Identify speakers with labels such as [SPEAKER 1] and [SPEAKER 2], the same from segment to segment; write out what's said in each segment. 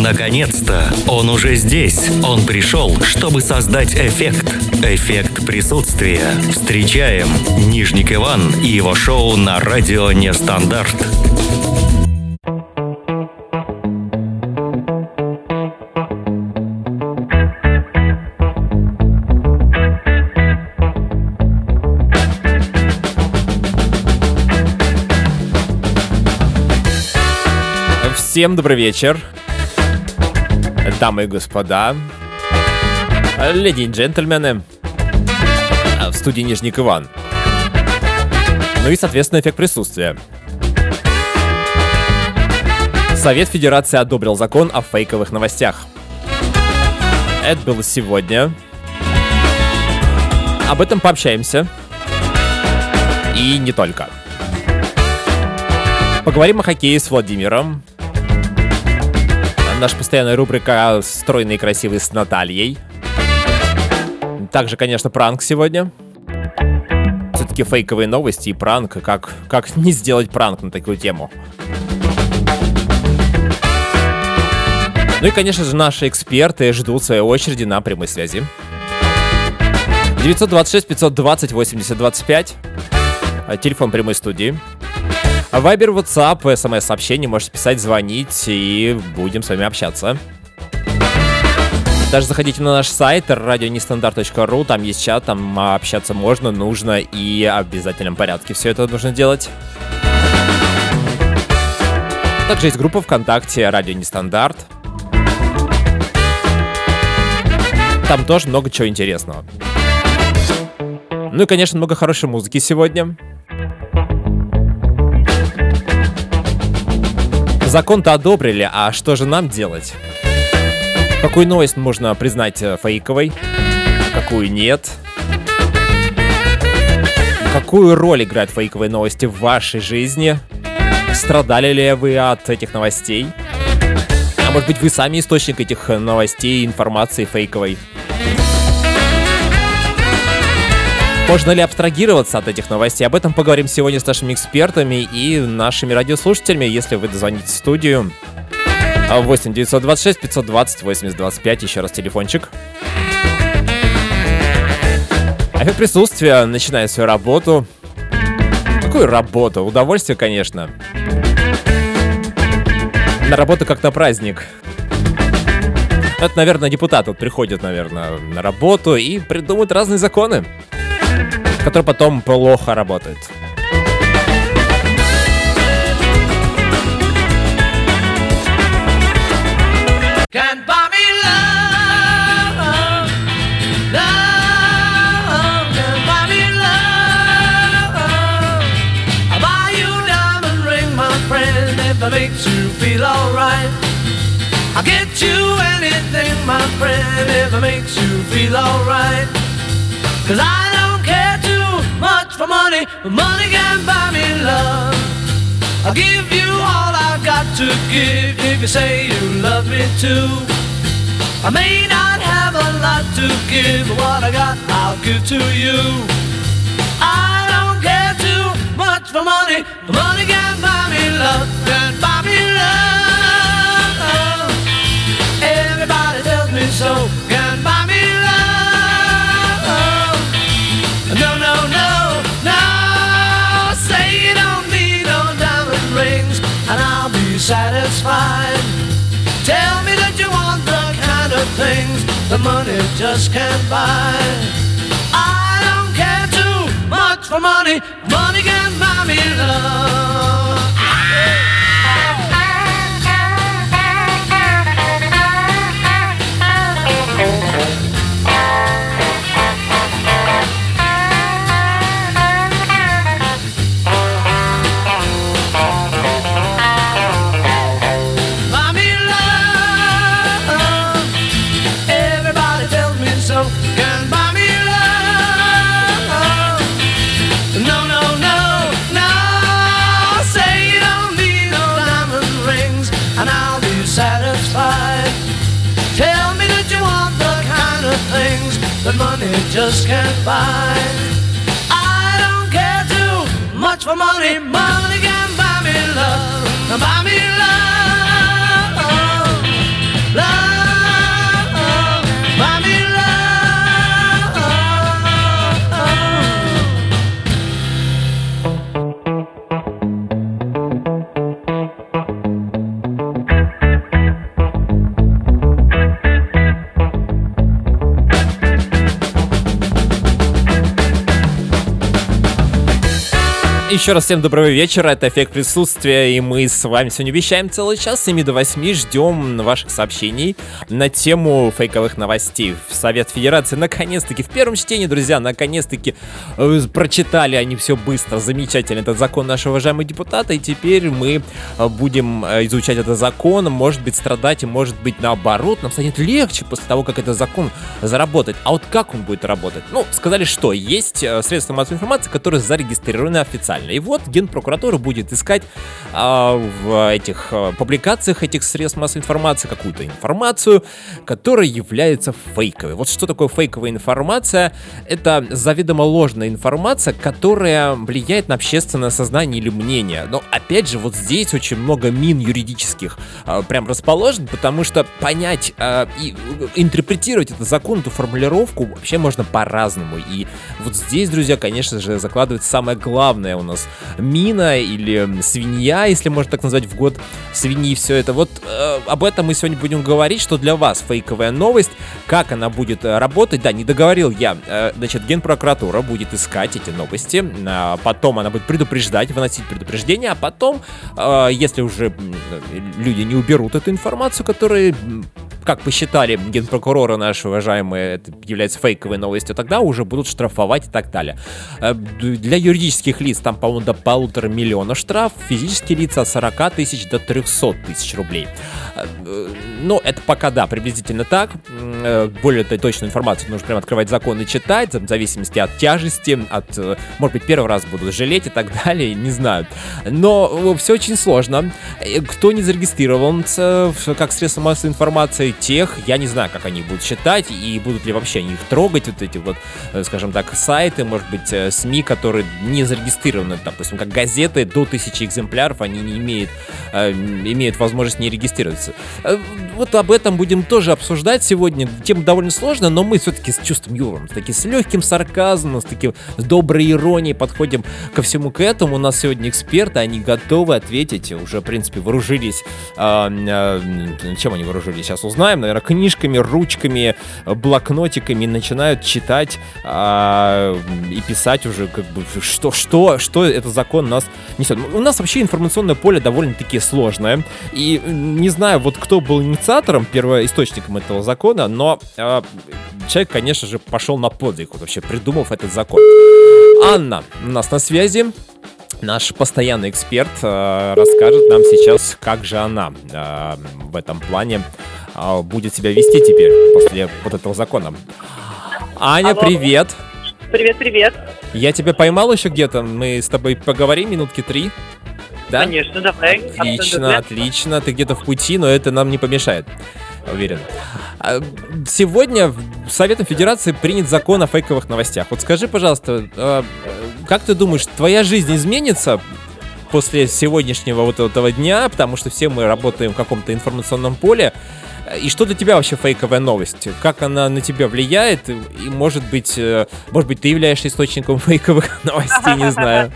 [SPEAKER 1] Наконец-то! Он уже здесь. Он пришел, чтобы создать эффект. Эффект присутствия. Встречаем Нижник Иван и его шоу на радио Нестандарт.
[SPEAKER 2] Всем добрый вечер, дамы и господа, леди и джентльмены, в студии Нижник Иван. Ну и, соответственно, эффект присутствия. Совет Федерации одобрил закон о фейковых новостях. Это было сегодня. Об этом пообщаемся. И не только. Поговорим о хоккее с Владимиром. Наша постоянная рубрика «Стройные и красивые» с Натальей. Также, конечно, пранк сегодня. Все-таки фейковые новости и пранк. Как не сделать пранк на такую тему? Ну и, конечно же, наши эксперты ждут своей очереди на прямой связи. 926-520-80-25. Телефон прямой студии. Вайбер, WhatsApp, СМС-сообщение, можете писать, звонить, и будем с вами общаться. Даже заходите на наш сайт radionestandarт.ru, там есть чат, там общаться можно, нужно и в обязательном порядке все это нужно делать. Также есть группа ВКонтакте «Радио Нестандарт». Там тоже много чего интересного. Ну и, конечно, много хорошей музыки сегодня. Закон-то одобрили, а что же нам делать? Какую новость можно признать фейковой, какую нет? Какую роль играют фейковые новости в вашей жизни? Страдали ли вы от этих новостей? А может быть, вы сами источник этих новостей, информации фейковой? Можно ли абстрагироваться от этих новостей? Об этом поговорим сегодня с нашими экспертами и нашими радиослушателями, если вы дозвонитесь в студию. 8 926 520 80 25, еще раз телефончик. Эффект присутствия начинает свою работу. Какую работу? Удовольствие, конечно. На работу как на праздник. Это, наверное, депутаты приходят, наверное, на работу и придумывают разные законы, который потом плохо работает.
[SPEAKER 3] Can't buy me love, love, can't buy me love. I'll buy you a diamond ring, my friend, if it makes you feel alright. I'll get you anything, my friend, if it makes you feel alright. 'Cause I don't care too much for money, but money can't buy me love. I'll give you all I've got to give if you say you love me too. I may not have a lot to give, but what I got I'll give to you. I don't care too much for money, but money can't buy me love, can't buy me love. Everybody tells me so, can't buy me love. No, no, no, no. Say you don't need no diamond rings, and I'll be satisfied. Tell me that you want the kind of things the money just can't buy. I don't care too much for money, money can't buy me love. That money just can't buy. I don't care too much for money, money can't buy me love, buy me love.
[SPEAKER 2] Еще раз всем доброго вечера, это «Эффект присутствия», и мы с вами сегодня вещаем целый час, с 7 до 8, ждем ваших сообщений на тему фейковых новостей. Совет Федерации наконец-таки, в первом чтении, друзья, наконец-таки прочитали они все быстро, замечательно, этот закон нашего уважаемого депутата, и теперь мы будем изучать этот закон, может быть страдать, и может быть наоборот, нам станет легче после того, как этот закон заработает. А вот как он будет работать? Ну, сказали, что есть средства массовой информации, которые зарегистрированы официально. И вот Генпрокуратура будет искать в этих публикациях этих средств массовой информации какую-то информацию, которая является фейковой. Вот что такое фейковая информация? Это заведомо ложная информация, которая влияет на общественное сознание или мнение. Но опять же, вот здесь очень много мин юридических прям расположен, потому что понять и интерпретировать этот закон, эту формулировку вообще можно по-разному. И вот здесь, друзья, конечно же, закладывается самое главное у нас мина или свинья, если можно так назвать, в год свиньи, все это. Вот об этом мы сегодня будем говорить, что для вас фейковая новость, как она будет работать. Да, не договорил я. Значит, Генпрокуратура будет искать эти новости, потом она будет предупреждать, выносить предупреждение, а потом, если уже люди не уберут эту информацию, которая, как посчитали генпрокурора наши уважаемые, это является фейковой новостью, тогда уже будут штрафовать и так далее. Для юридических лиц там, по-моему, до 1,5 миллиона штраф, физические лица от 40 тысяч до 300 тысяч рублей. Но это пока, да, приблизительно так. Более точную информацию нужно прямо открывать закон и читать, в зависимости от тяжести, от, может быть, первый раз будут жалеть и так далее, не знаю. Но все очень сложно. Кто не зарегистрирован как средство массовой информации, тех, я не знаю, как они будут считать, и будут ли вообще они их трогать, вот эти вот, скажем так, сайты, может быть, СМИ, которые не зарегистрированы, допустим, как газеты, до 1000 экземпляров, они не имеют возможность не регистрироваться. Вот об этом будем тоже обсуждать сегодня. Тема довольно сложная, но мы все-таки с чувством юмора, с легким сарказмом, с доброй иронией подходим ко всему к этому. У нас сегодня эксперты, они готовы ответить, уже, в принципе, вооружились. Чем они вооружились? Сейчас узнаем, наверное, книжками, ручками, блокнотиками, начинают читать и писать уже, как бы, что этот закон нас несет. У нас вообще информационное поле довольно-таки сложное, и не знаю, вот кто был инициатором, первоисточником этого закона, но человек, конечно же, пошел на подвиг, вот, вообще придумав этот закон. Анна у нас на связи. Наш постоянный эксперт расскажет нам сейчас, как же она в этом плане будет себя вести теперь после вот этого закона. Аня, алло. Привет!
[SPEAKER 4] Привет.
[SPEAKER 2] Я тебя поймал еще где-то, мы с тобой поговорим минутки 3. Да?
[SPEAKER 4] Конечно, давай.
[SPEAKER 2] Отлично. Ты где-то в пути, но это нам не помешает, уверен. Сегодня Советом Федерации принят закон о фейковых новостях. Вот скажи, пожалуйста, как ты думаешь, твоя жизнь изменится после сегодняшнего вот этого дня, потому что все мы работаем в каком-то информационном поле? И что для тебя вообще фейковая новость? Как она на тебя влияет? И может быть, ты являешься источником фейковых новостей, не знаю.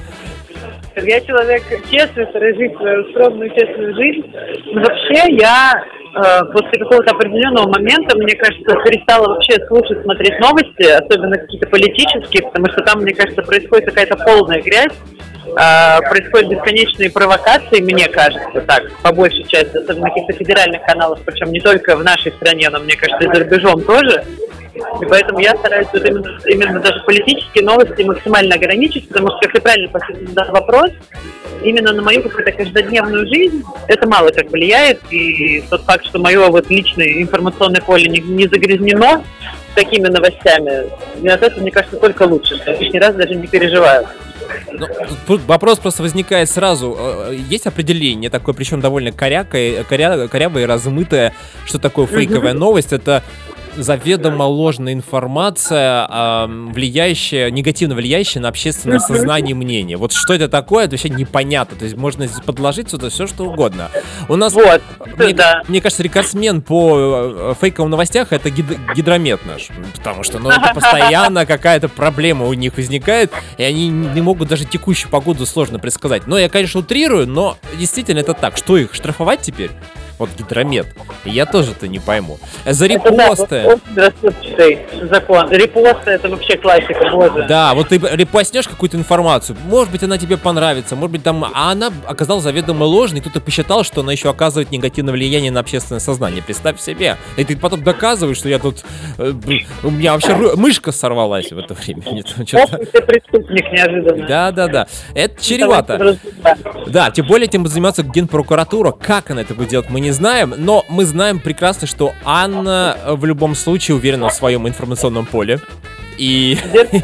[SPEAKER 4] Я человек честный, стараюсь жить свою скромную, честную жизнь. Но вообще я после какого-то определенного момента, мне кажется, перестала вообще слушать, смотреть новости, особенно какие-то политические, потому что там, мне кажется, происходит какая-то полная грязь, происходят бесконечные провокации, мне кажется, так, по большей части, особенно на каких-то федеральных каналах, причем не только в нашей стране, но, мне кажется, и за рубежом тоже. И поэтому я стараюсь вот именно даже политические новости максимально ограничить, потому что, как ты правильно задал вопрос, именно на мою какую-то каждодневную жизнь это мало как влияет. И тот факт, что мое вот личное информационное поле не загрязнено такими новостями, от этого, мне кажется, только лучше. Я лишний раз даже не переживаю.
[SPEAKER 2] Ну, тут вопрос просто возникает сразу. Есть определение такое, причем довольно корявое и размытое, что такое фейковая новость. Это заведомо ложная информация, негативно влияющая на общественное сознание и мнение. Вот что это такое, это вообще непонятно. То есть можно здесь подложить сюда все, что угодно. У нас, мне кажется, рекордсмен по фейковым новостях — это Гидромет наш. Потому что это постоянно какая-то проблема у них возникает, и они не могут даже текущую погоду сложно предсказать. Но я, конечно, утрирую, но действительно это так. Что, их штрафовать теперь? Вот гидромет. Я тоже-то не пойму. За
[SPEAKER 4] Это, да,
[SPEAKER 2] репосты.
[SPEAKER 4] очень расплывчатый закон. Репосты — это вообще классика, боже.
[SPEAKER 2] Да, вот ты репостнешь какую-то информацию, может быть, она тебе понравится, может быть, там... А она оказалась заведомо ложной, и кто-то посчитал, что она еще оказывает негативное влияние на общественное сознание. Представь себе. И ты потом доказываешь, что я тут... у меня вообще мышка сорвалась в это время.
[SPEAKER 4] Ты преступник неожиданно.
[SPEAKER 2] Да. Это чревато. Да, тем более этим будет заниматься Генпрокуратура. Как она это будет делать, мы не знаем. Но мы знаем прекрасно, что Анна в любом случае уверена в своем информационном поле. И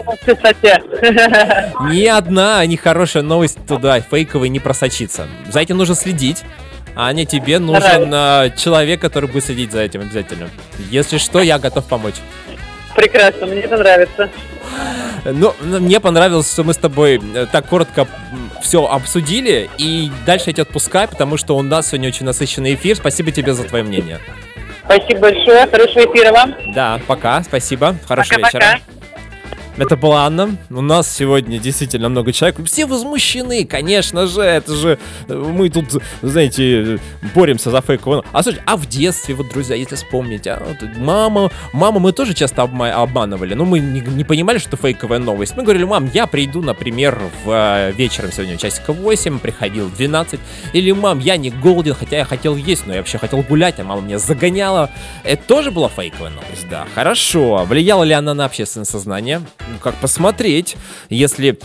[SPEAKER 2] ни одна нехорошая новость туда, фейковая, не просочится. За этим нужно следить. Аня, тебе нужен человек, который будет следить за этим обязательно. Если что, я готов помочь.
[SPEAKER 4] Прекрасно, мне это нравится.
[SPEAKER 2] Ну, мне понравилось, что мы с тобой так коротко все обсудили. И дальше я тебя отпускаю, потому что у нас сегодня очень насыщенный эфир. Спасибо тебе за твое мнение.
[SPEAKER 4] Спасибо большое, хорошего эфира вам.
[SPEAKER 2] Да, пока, спасибо, хорошего
[SPEAKER 4] Пока-пока.
[SPEAKER 2] вечера. Это была Анна. У нас сегодня действительно много человек. Все возмущены, конечно же. Это же мы тут, знаете, боремся за фейковую. А в детстве, вот, друзья, если вспомнить, маму мы тоже часто обманывали. Но мы не понимали, что фейковая новость. Мы говорили: мам, я приду, например, вечером сегодня часиков 8, приходил в 12. Или: мам, я не голоден, хотя я хотел есть, но я вообще хотел гулять, а мама меня загоняла. Это тоже была фейковая новость, да. Хорошо. Влияла ли она на общественное сознание? Ну, как посмотреть, если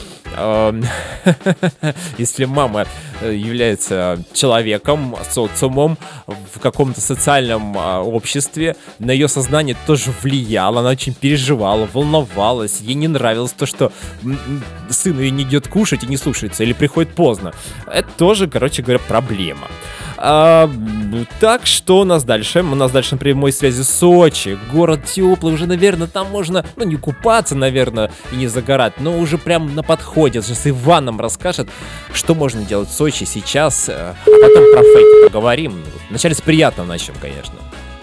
[SPEAKER 2] если мама является человеком, социумом в каком-то социальном обществе, на ее сознание тоже влияло, она очень переживала, волновалась, ей не нравилось то, что сын ее не идет кушать и не слушается, или приходит поздно. Это тоже, короче говоря, проблема. Так, что у нас дальше? У нас дальше на прямой связи Сочи. Город теплый, уже, наверное, там можно, ну, не купаться, наверное, и не загорать, но уже прям на подходе. Сейчас Иван нам расскажет, что можно делать в Сочи сейчас, а потом про фейки поговорим. Вначале с приятного начнем, конечно.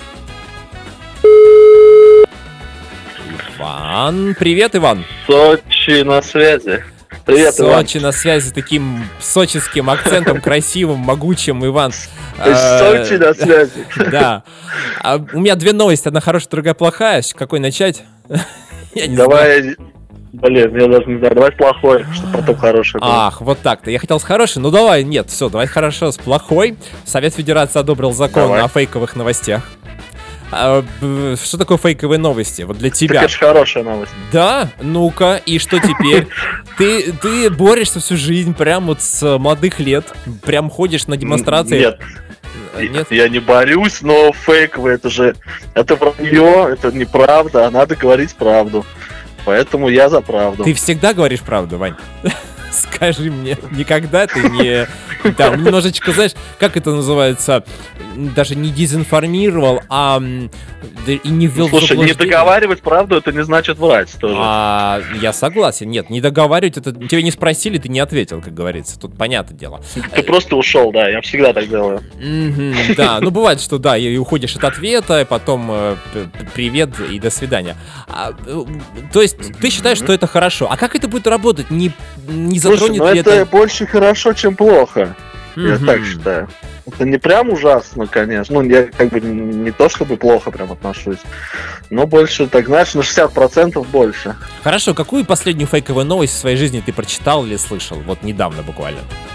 [SPEAKER 2] Иван, привет, Иван.
[SPEAKER 5] Сочи на связи. Привет,
[SPEAKER 2] Сочи на связи, таким сочинским акцентом, красивым, могучим, Иван.
[SPEAKER 5] Сочи на связи.
[SPEAKER 2] Да. У меня две новости, одна хорошая, другая плохая. С какой начать? Я не знаю.
[SPEAKER 5] Давай, блин, я даже не знаю, давай плохой, чтобы потом хороший был.
[SPEAKER 2] Ах, вот так-то. Я хотел с хорошей, ну давай, нет, все, давай хорошо с плохой. Совет Федерации одобрил закон
[SPEAKER 5] Давай.
[SPEAKER 2] о фейковых новостях. Что такое фейковые новости? Вот для тебя.
[SPEAKER 5] Так это же хорошая новость.
[SPEAKER 2] Да? Ну-ка, и что теперь? Ты борешься всю жизнь, прям вот с молодых лет, прям ходишь на демонстрации.
[SPEAKER 5] Нет, я не борюсь, но фейковые, это вранье, это неправда, а надо говорить правду. Поэтому я за правду.
[SPEAKER 2] Ты всегда говоришь правду, Вань? Скажи мне, никогда ты не... Там немножечко, знаешь, как это называется, даже не дезинформировал, а и не ввел в
[SPEAKER 5] Слушай, не
[SPEAKER 2] заблуждение.
[SPEAKER 5] договаривать правду, это не значит врать тоже.
[SPEAKER 2] Я согласен. Нет, не договаривать, это тебя не спросили, ты не ответил, как говорится. Тут понятное дело.
[SPEAKER 5] Ты просто ушел, да, я всегда так делаю.
[SPEAKER 2] Да, ну бывает, что да, и уходишь от ответа, и потом привет и до свидания. То есть ты считаешь, что это хорошо. А как это будет работать? Не
[SPEAKER 5] Слушай,
[SPEAKER 2] затронет
[SPEAKER 5] ну
[SPEAKER 2] ли
[SPEAKER 5] это больше хорошо, чем плохо. Я так считаю. Это не прям ужасно, конечно. Ну, я как бы не то чтобы плохо прям отношусь, но больше, так знаешь, на 60% больше.
[SPEAKER 2] Хорошо, какую последнюю фейковую новость в своей жизни ты прочитал или слышал? Вот недавно буквально.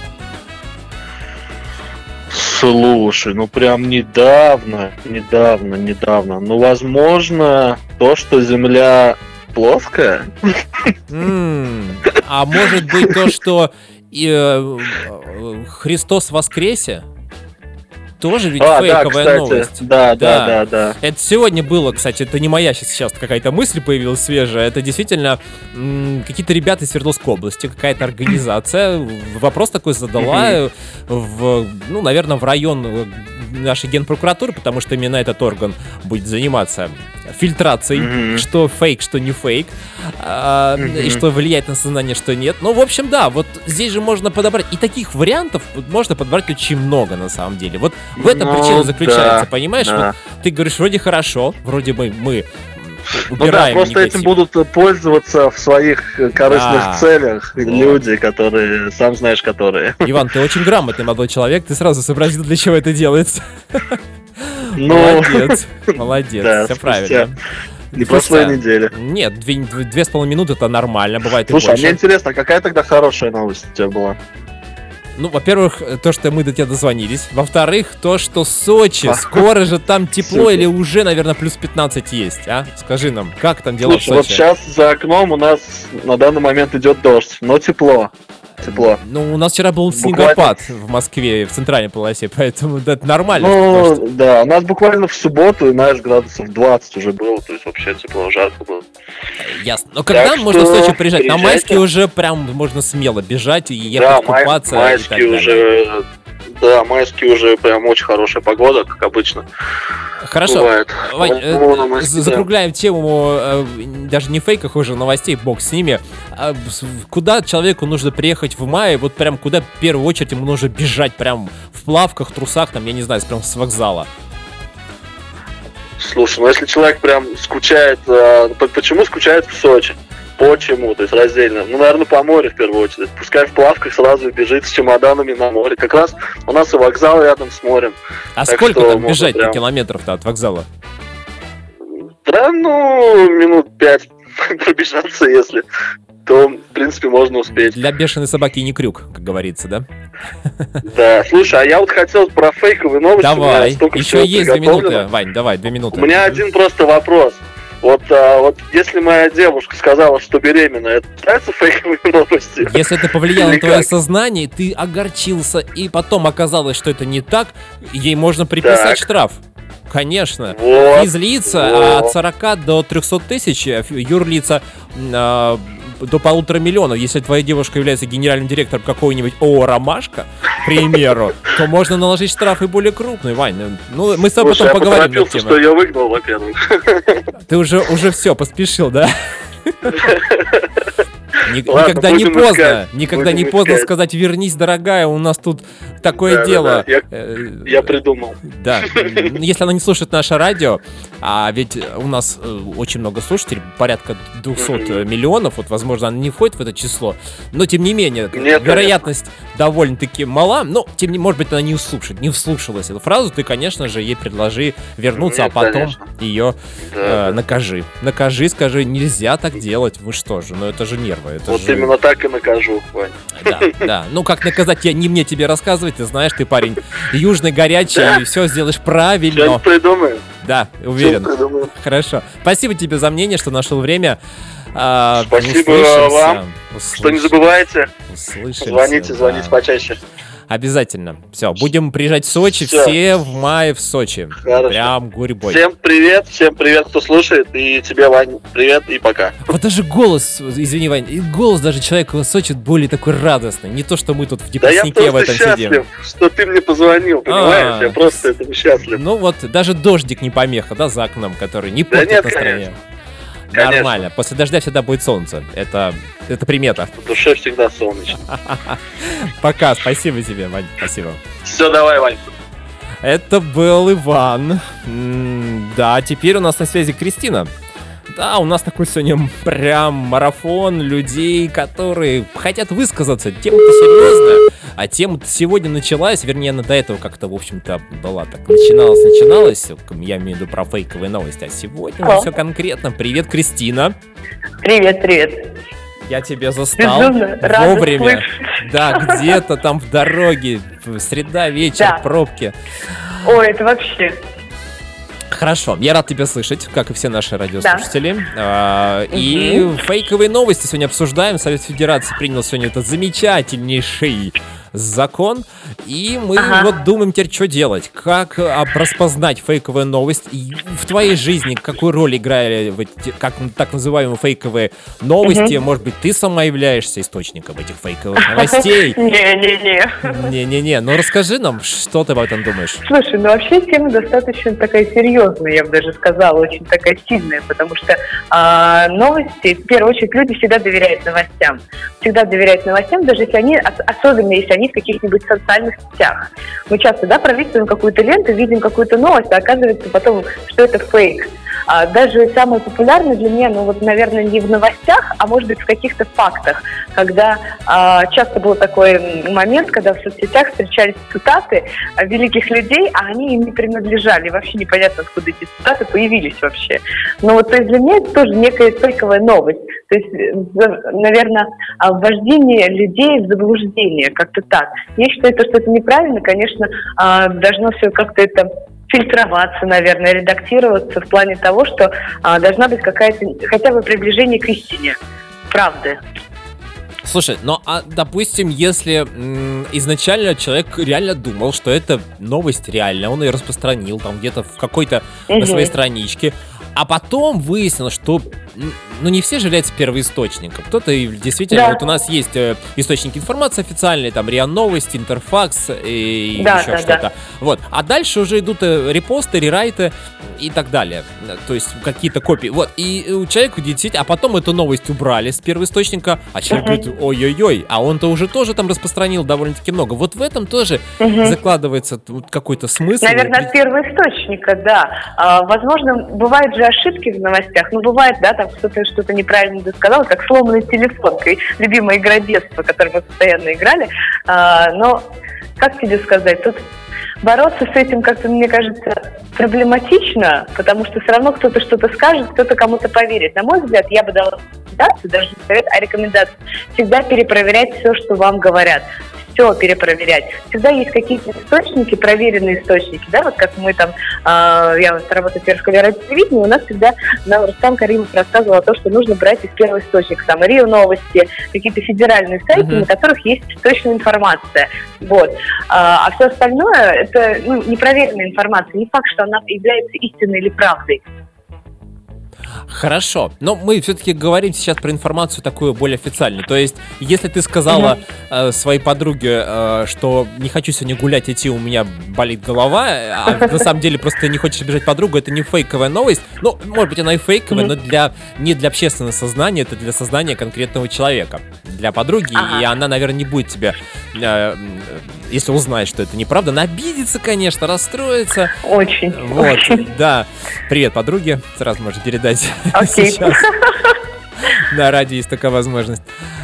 [SPEAKER 5] Слушай, ну прям недавно. Ну, возможно, то, что Земля плоская.
[SPEAKER 2] А может быть то, что Христос воскресе? Тоже ведь фейковая
[SPEAKER 5] да,
[SPEAKER 2] новость.
[SPEAKER 5] Да.
[SPEAKER 2] Это сегодня было, кстати, это не моя сейчас какая-то мысль появилась свежая, это действительно какие-то ребята из Свердловской области, какая-то организация вопрос такой задала, наверное, в район нашей генпрокуратуры, потому что именно этот орган будет заниматься фильтрацией, что фейк, что не фейк, и что влияет на сознание, что нет. Ну, в общем, да, вот здесь же можно подобрать, и таких вариантов можно подобрать очень много на самом деле. Вот в этом причина заключается, понимаешь?
[SPEAKER 5] Да.
[SPEAKER 2] Вот ты говоришь, вроде хорошо, вроде бы мы
[SPEAKER 5] Ну да,
[SPEAKER 2] убираем
[SPEAKER 5] просто
[SPEAKER 2] негатив.
[SPEAKER 5] этим будут пользоваться в своих корыстных целях люди, которые, сам знаешь, которые.
[SPEAKER 2] Иван, ты очень грамотный молодой человек, ты сразу сообразил, для чего это делается.
[SPEAKER 5] Ну,
[SPEAKER 2] Молодец,
[SPEAKER 5] да,
[SPEAKER 2] все
[SPEAKER 5] спустя
[SPEAKER 2] правильно.
[SPEAKER 5] не прошлой
[SPEAKER 2] Слушай,
[SPEAKER 5] неделе.
[SPEAKER 2] Нет, 2,5 минуты это нормально, бывает и
[SPEAKER 5] Слушай, а мне
[SPEAKER 2] больше.
[SPEAKER 5] интересно, какая тогда хорошая новость у тебя была?
[SPEAKER 2] Ну, во-первых, то, что мы до тебя дозвонились. Во-вторых, то, что Сочи, скоро же там тепло
[SPEAKER 5] Супер.
[SPEAKER 2] или уже, наверное, плюс 15 есть, а? Скажи нам, как там дела
[SPEAKER 5] Слушай,
[SPEAKER 2] в
[SPEAKER 5] вот
[SPEAKER 2] Сочи?
[SPEAKER 5] сейчас за окном у нас на данный момент идет дождь, но тепло. Тепло.
[SPEAKER 2] Ну, у нас вчера был
[SPEAKER 5] Буквально.
[SPEAKER 2] снегопад в Москве, в центральной полосе, поэтому да, это нормально. потому
[SPEAKER 5] Ну, да, у нас буквально в субботу, знаешь, градусов 20 уже было, то есть вообще тепло, жарко было.
[SPEAKER 2] что- Ясно. Но когда
[SPEAKER 5] Так
[SPEAKER 2] можно в
[SPEAKER 5] что
[SPEAKER 2] Сочи приезжать? На
[SPEAKER 5] приезжайте.
[SPEAKER 2] майские уже прям можно смело бежать и ехать
[SPEAKER 5] Да,
[SPEAKER 2] купаться и так
[SPEAKER 5] майские
[SPEAKER 2] далее.
[SPEAKER 5] уже, да, майские уже прям очень хорошая погода, как обычно.
[SPEAKER 2] Хорошо.
[SPEAKER 5] Бывает.
[SPEAKER 2] Вань,
[SPEAKER 5] Ну, на майские, да.
[SPEAKER 2] закругляем тему даже не фейках уже, новостей, бог с ними. Куда человеку нужно приехать в мае, вот прям куда в первую очередь ему нужно бежать, прям в плавках, трусах, там, я не знаю, прям с вокзала?
[SPEAKER 5] Слушай, ну если человек прям скучает, почему скучает в Сочи? Почему? То есть раздельно. Ну, наверное, по морю в первую очередь. Пускай в плавках сразу бежит с чемоданами на море. Как раз у нас и вокзал рядом с морем.
[SPEAKER 2] А
[SPEAKER 5] Так
[SPEAKER 2] сколько
[SPEAKER 5] что
[SPEAKER 2] там
[SPEAKER 5] можно
[SPEAKER 2] бежать-то
[SPEAKER 5] прям-
[SPEAKER 2] километров-то от вокзала?
[SPEAKER 5] Да, ну, минут 5 пробежаться, если, то, в принципе, можно успеть.
[SPEAKER 2] Для бешеной собаки не крюк, как говорится, да?
[SPEAKER 5] Да, слушай, а я вот хотел про фейковые новости. У меня
[SPEAKER 2] Давай,
[SPEAKER 5] столько
[SPEAKER 2] еще
[SPEAKER 5] всего
[SPEAKER 2] есть 2 минуты.
[SPEAKER 5] приготовлено.
[SPEAKER 2] Вань, давай, 2 минуты.
[SPEAKER 5] У меня один просто вопрос. Вот если моя девушка сказала, что беременна, это считается фейковой новостью?
[SPEAKER 2] Если это повлияло на
[SPEAKER 5] Или
[SPEAKER 2] твое
[SPEAKER 5] как?
[SPEAKER 2] сознание, ты огорчился, и потом оказалось, что это не так, ей можно приписать
[SPEAKER 5] Так.
[SPEAKER 2] штраф. Конечно.
[SPEAKER 5] Вот.
[SPEAKER 2] Физлица
[SPEAKER 5] вот.
[SPEAKER 2] от 40 до 300 тысяч, юрлица до 1,5 миллиона. Если твоя девушка является генеральным директором какого-нибудь ООО «Ромашка», к примеру, то можно наложить штраф и более крупный, Вань. Ну, мы с тобой
[SPEAKER 5] Слушай,
[SPEAKER 2] потом
[SPEAKER 5] я
[SPEAKER 2] поговорим на
[SPEAKER 5] поторопился,
[SPEAKER 2] тему.
[SPEAKER 5] что я выгнал, во-первых.
[SPEAKER 2] Ты уже все, поспешил, да?
[SPEAKER 5] Ладно,
[SPEAKER 2] Никогда не
[SPEAKER 5] будем
[SPEAKER 2] поздно,
[SPEAKER 5] искать,
[SPEAKER 2] никогда не
[SPEAKER 5] будем
[SPEAKER 2] поздно
[SPEAKER 5] искать.
[SPEAKER 2] сказать: вернись, дорогая, у нас тут такое
[SPEAKER 5] Да-да-да,
[SPEAKER 2] дело.
[SPEAKER 5] я придумал.
[SPEAKER 2] Да, если она не слушает наше радио, а ведь у нас очень много слушателей, порядка 200 миллионов, вот, возможно, она не входит в это число, но, тем не менее,
[SPEAKER 5] Нет,
[SPEAKER 2] вероятность довольно-таки мала, но, тем не может быть, она не вслушалась эту фразу, ты, конечно же, ей предложи вернуться,
[SPEAKER 5] Нет,
[SPEAKER 2] а потом
[SPEAKER 5] конечно.
[SPEAKER 2] ее
[SPEAKER 5] Да.
[SPEAKER 2] накажи. Накажи, скажи, нельзя так делать, вы что же, ну это же нервы, это
[SPEAKER 5] Вот
[SPEAKER 2] же...
[SPEAKER 5] именно так и накажу, Вань.
[SPEAKER 2] Да, да. Ну, как наказать, не мне тебе рассказывать, ты знаешь, ты парень южный, горячий, и все сделаешь правильно.
[SPEAKER 5] Сейчас придумаем.
[SPEAKER 2] Да,
[SPEAKER 5] Сейчас
[SPEAKER 2] уверен.
[SPEAKER 5] придумаем.
[SPEAKER 2] Хорошо. Спасибо тебе за мнение, что нашел время.
[SPEAKER 5] Спасибо
[SPEAKER 2] Услышимся.
[SPEAKER 5] вам. Что не забывайте,
[SPEAKER 2] Услышимся,
[SPEAKER 5] звоните
[SPEAKER 2] да.
[SPEAKER 5] почаще.
[SPEAKER 2] Обязательно. Все, будем приезжать в Сочи,
[SPEAKER 5] Всё.
[SPEAKER 2] все в мае в Сочи.
[SPEAKER 5] Хорошо.
[SPEAKER 2] Прям гурьбой.
[SPEAKER 5] Всем привет, кто слушает, и тебе, Вань, привет и пока.
[SPEAKER 2] Вот даже голос, извини, Вань, и голос даже человека в Сочи более такой радостный. Не то, что мы тут в
[SPEAKER 5] Да я
[SPEAKER 2] депресснике в
[SPEAKER 5] просто
[SPEAKER 2] этом
[SPEAKER 5] счастлив,
[SPEAKER 2] сидим.
[SPEAKER 5] что ты мне позвонил, понимаешь? Я просто этому счастлив.
[SPEAKER 2] Ну вот, даже дождик не помеха, да, за окном, который не
[SPEAKER 5] Да
[SPEAKER 2] портит
[SPEAKER 5] нет,
[SPEAKER 2] настроение.
[SPEAKER 5] Конечно.
[SPEAKER 2] Нормально. После дождя всегда будет солнце. Это примета.
[SPEAKER 5] В душе всегда солнечно.
[SPEAKER 2] Пока. Спасибо тебе, Вань. Спасибо.
[SPEAKER 5] Все, давай, Вань.
[SPEAKER 2] Это был Иван. Да, теперь у нас на связи Кристина. Да, у нас такой сегодня прям марафон людей, которые хотят высказаться. Тема-то серьезная, а тема-то сегодня началась, вернее, она до этого как-то, в общем-то, была так. Начиналась, я имею в виду про фейковые новости, а сегодня уже все конкретно. Привет, Кристина.
[SPEAKER 4] Привет.
[SPEAKER 2] Я тебя застал
[SPEAKER 4] Безумно рада
[SPEAKER 2] вовремя.
[SPEAKER 4] слышать.
[SPEAKER 2] Да, где-то там в дороге, среда, вечер,
[SPEAKER 4] Да.
[SPEAKER 2] пробки.
[SPEAKER 4] Ой, это вообще.
[SPEAKER 2] Хорошо, я рад тебя слышать, как и все наши радиослушатели. И фейковые новости сегодня обсуждаем. Совет Федерации принял сегодня этот замечательнейший закон. И мы вот думаем теперь, что делать. Как распознать фейковую новость. И в твоей жизни какую роль играли как так называемые фейковые новости? Может быть, ты сама являешься источником этих фейковых новостей?
[SPEAKER 4] Не-не-не.
[SPEAKER 2] Не-не-не, ну расскажи нам, что ты об этом думаешь?
[SPEAKER 4] Слушай, ну вообще тема достаточно такая серьезная, я бы даже сказала, очень такая сильная, потому что новости, в первую очередь, люди всегда доверяют новостям. Всегда доверяют новостям, даже если они, особенно если они в каких-нибудь социальных сетях. Мы часто, пролистываем какую-то ленту, видим какую-то новость, а оказывается потом, что это фейк. Даже самое популярное для меня, ну вот, наверное, не в новостях, а может быть в каких-то фактах, когда часто был такой момент, когда в соцсетях встречались цитаты великих людей, а они им не принадлежали. Вообще непонятно, откуда эти цитаты появились вообще. Но вот, то есть для меня это тоже некая фейковая новость. То есть, наверное, ввождение людей в заблуждение, как-то так. Я считаю, что это неправильно, конечно, должно все как-то это фильтроваться, наверное, редактироваться в плане того, что должна быть какая-то хотя бы приближение к истине, правды.
[SPEAKER 2] Слушай, ну а допустим, если изначально человек реально думал, что это новость реальная, он ее распространил там где-то в какой-то на своей страничке, а потом выяснилось, что ну не все же являются первоисточником. Кто-то действительно, вот у нас есть источники информации официальные, там РИА Новости, Интерфакс и еще что-то. Да. Вот. А дальше уже идут репосты, рерайты и так далее. То есть какие-то копии. Вот. И у человека действительно, а потом эту новость убрали с первоисточника, а человек говорит, ой-ой-ой, а он-то уже тоже там распространил довольно-таки много. Вот в этом тоже закладывается какой-то смысл.
[SPEAKER 4] Наверное, от первоисточника, да. Возможно, бывают же ошибки в новостях, ну бывает, да, там кто-то что-то неправильно досказал, как сломанный телефон, любимая игра детства, в которой мы постоянно играли. Но, как тебе сказать, тут бороться с этим как-то, мне кажется, проблематично, потому что все равно кто-то что-то скажет, кто-то кому-то поверит. На мой взгляд, я бы дала рекомендацию, даже не совет, а рекомендацию всегда перепроверять все, что вам говорят. Все перепроверять. Всегда есть какие-то источники, проверенные источники, да, вот как мы там, я работаю в первой школе радиотелевидения, у нас всегда Рустам Каримов рассказывал о том, что нужно брать из первого источника, там, РИА Новости, какие-то федеральные сайты, на которых есть точная информация, вот. А все остальное, это, ну, непроверенная информация, не факт, что она является истинной или правдой.
[SPEAKER 2] Хорошо, но мы все-таки говорим сейчас про информацию такую более официальную. То есть, если ты сказала своей подруге, что не хочу сегодня гулять, идти, у меня болит голова, а на самом деле просто ты не хочешь обижать подругу, это не фейковая новость. Ну, может быть, она и фейковая, но не для общественного сознания, это для сознания конкретного человека, для подруги, и она, наверное, не будет тебя, если узнает, что это неправда, она обидится, конечно, расстроится.
[SPEAKER 4] Очень.
[SPEAKER 2] Вот,
[SPEAKER 4] очень.
[SPEAKER 2] Да. Привет, подруге, сразу можно передать.
[SPEAKER 4] Окей.
[SPEAKER 2] Сейчас. На радио есть такая возможность.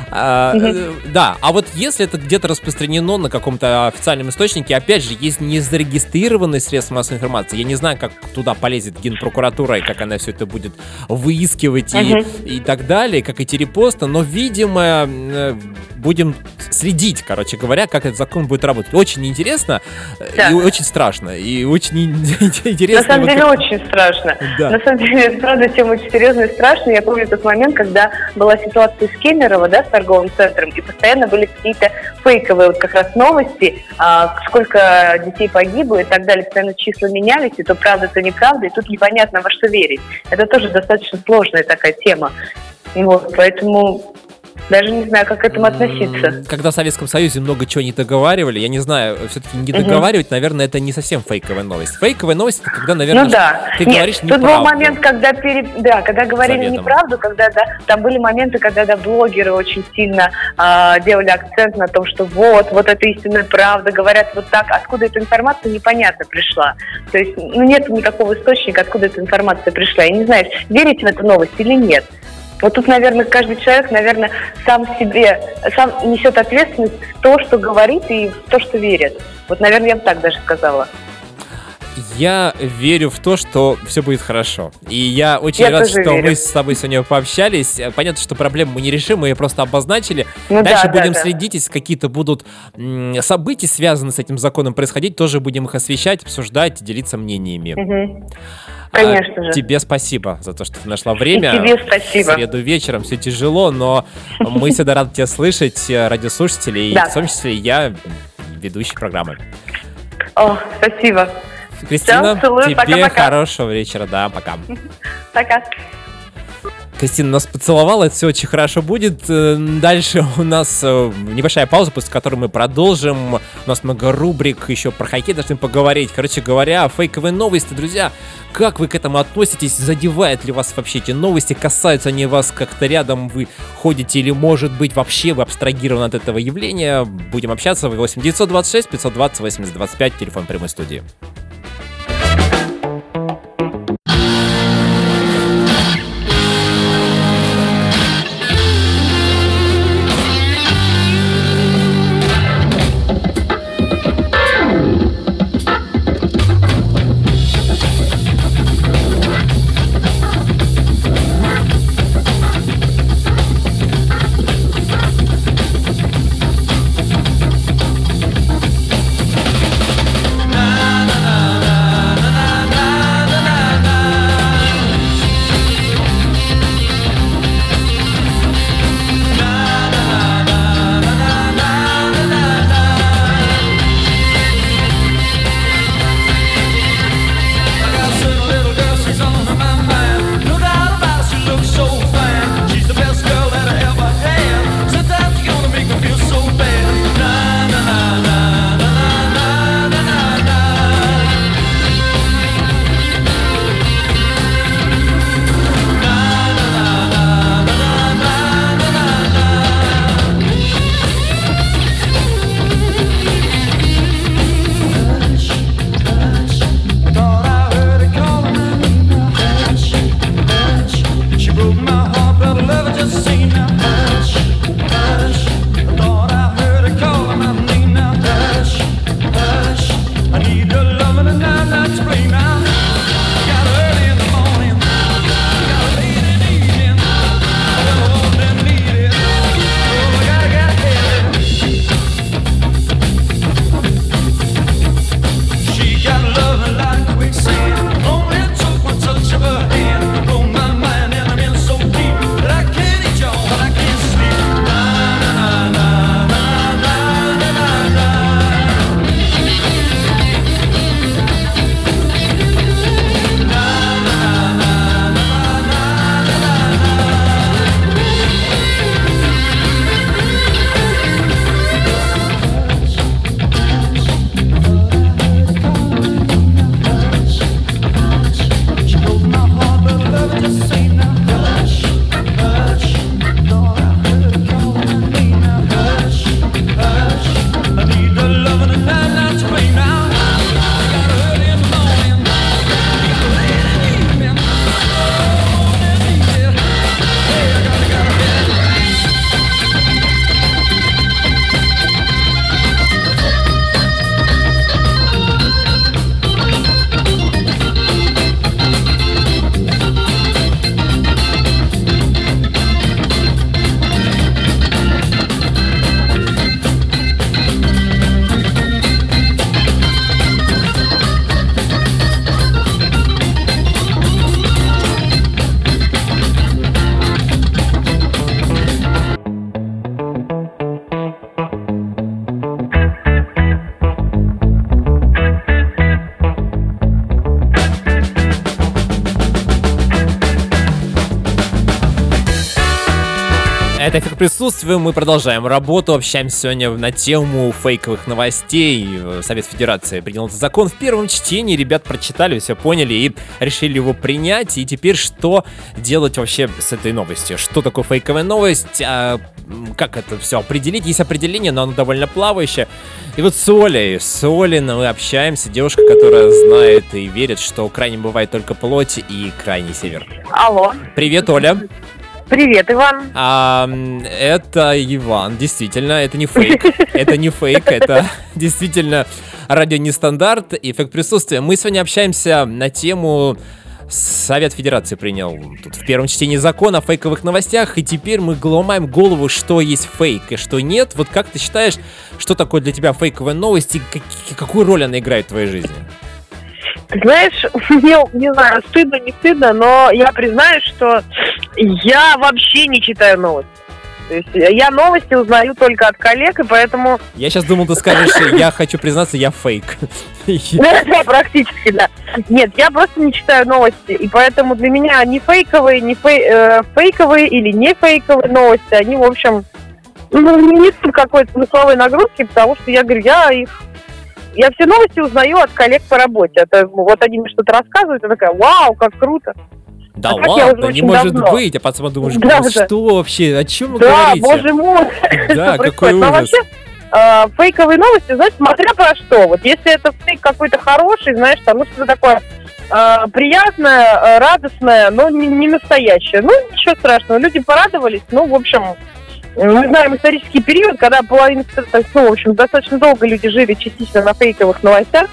[SPEAKER 2] Да, а вот если это где-то распространено на каком-то официальном источнике, опять же, есть незарегистрированные средства массовой информации. Я не знаю, как туда полезет Генпрокуратура и как она все это будет выискивать и так далее, как эти репосты, но, видимо, будем следить, короче говоря, как этот закон будет работать. Очень интересно и очень страшно, и очень интересно.
[SPEAKER 4] На самом деле очень страшно.
[SPEAKER 2] Да.
[SPEAKER 4] На самом деле, это правда тема очень серьезная и страшная. Я помню тот момент, когда была ситуация с Кемерово, да, с торговым центром, и постоянно были какие-то фейковые вот как раз новости, сколько детей погибло и так далее. Постоянно числа менялись, и то правда, то неправда, и тут непонятно, во что верить. Это тоже достаточно сложная такая тема. Вот, поэтому даже не знаю, как к этому относиться.
[SPEAKER 2] Когда в Советском Союзе много чего не договаривали, я не знаю, все-таки не договаривать, наверное, это не совсем фейковая новость. Фейковая новость — это когда, наверное, ты говоришь неправду.
[SPEAKER 4] Тут был момент, когда когда говорили неправду, когда там были моменты, когда блогеры очень сильно делали акцент на том, что вот это истинная правда, говорят вот так, откуда эта информация непонятно пришла. То есть, нет никакого источника, откуда эта информация пришла. Я не знаю, верить в эту новость или нет. Вот тут, наверное, каждый человек, сам несет ответственность в то, что говорит, и в то, что верит. Вот, наверное, я бы так даже сказала.
[SPEAKER 2] Я верю в то, что все будет хорошо. И я очень рад, что мы с тобой сегодня пообщались. Понятно, что проблему мы не решим, мы ее просто обозначили. Дальше будем следить, если какие-то будут события, связанные с этим законом, происходить, тоже будем их освещать, обсуждать, делиться мнениями.
[SPEAKER 4] Конечно же.
[SPEAKER 2] Тебе спасибо за то, что ты нашла время.
[SPEAKER 4] И тебе спасибо.
[SPEAKER 2] В среду вечером все тяжело, но мы всегда рады тебя слышать, радиослушатели, и в том числе я, ведущий программы.
[SPEAKER 4] О, спасибо.
[SPEAKER 2] Кристина, тебе пока-пока. Хорошего вечера, да, пока.
[SPEAKER 4] Пока.
[SPEAKER 2] Кристина нас поцеловала, это все очень хорошо будет. Дальше у нас небольшая пауза, после которой мы продолжим. У нас много рубрик, еще про хоккей должны поговорить. Короче говоря, фейковые новости, друзья. Как вы к этому относитесь? Задевают ли вас вообще эти новости? Касаются они вас как-то рядом? Вы ходите или, может быть, вообще вы абстрагированы от этого явления? Будем общаться. 8 926 520 80 25, телефон прямой студии. Это «Эффект присутствия». Мы продолжаем работу. Общаемся сегодня на тему фейковых новостей. Совет Федерации принял этот закон в первом чтении. Ребят прочитали, все поняли и решили его принять. И теперь что делать вообще с этой новостью? Что такое фейковая новость? Как это все определить? Есть определение, но оно довольно плавающее. И вот с Олей мы общаемся. Девушка, которая знает и верит, что крайним бывает только плоть и крайний север.
[SPEAKER 4] Алло.
[SPEAKER 2] Привет, Оля.
[SPEAKER 4] Привет, Иван.
[SPEAKER 2] Это Иван, действительно, это не фейк. Это не фейк, это действительно радио Нестандарт, эффект присутствия. Мы сегодня общаемся на тему... Совет Федерации принял тут в первом чтении закон о фейковых новостях, и теперь мы ломаем голову, что есть фейк и что нет. Вот как ты считаешь, что такое для тебя фейковая новость и какую роль она играет в твоей жизни?
[SPEAKER 4] Знаешь, мне, не знаю, стыдно, не стыдно, но я признаюсь, что я вообще не читаю новости. То есть я новости узнаю только от коллег, и поэтому...
[SPEAKER 2] Я сейчас думал, ты скажешь, я хочу признаться, я фейк.
[SPEAKER 4] Да, практически, да. Нет, я просто не читаю новости, и поэтому для меня ни фейковые, фейковые или не фейковые новости, они, в общем, не несут какой-то смысловой нагрузки, потому что я говорю, я все новости узнаю от коллег по работе. Это вот они мне что-то рассказывают, я такая, вау, как круто.
[SPEAKER 2] Да ладно, не может быть, а потом думаешь, что вообще, о чем вы говорите?
[SPEAKER 4] Да, боже мой.
[SPEAKER 2] Да, какой ужас.
[SPEAKER 4] Но вообще, фейковые новости, знаешь, смотря про что. Вот если это фейк какой-то хороший, знаешь, там, ну, что-то такое приятное, радостное, но не настоящее. Ну, ничего страшного, люди порадовались, ну, в общем... Мы знаем исторический период, когда половина, ну, в общем, достаточно долго люди жили частично на фейковых новостях.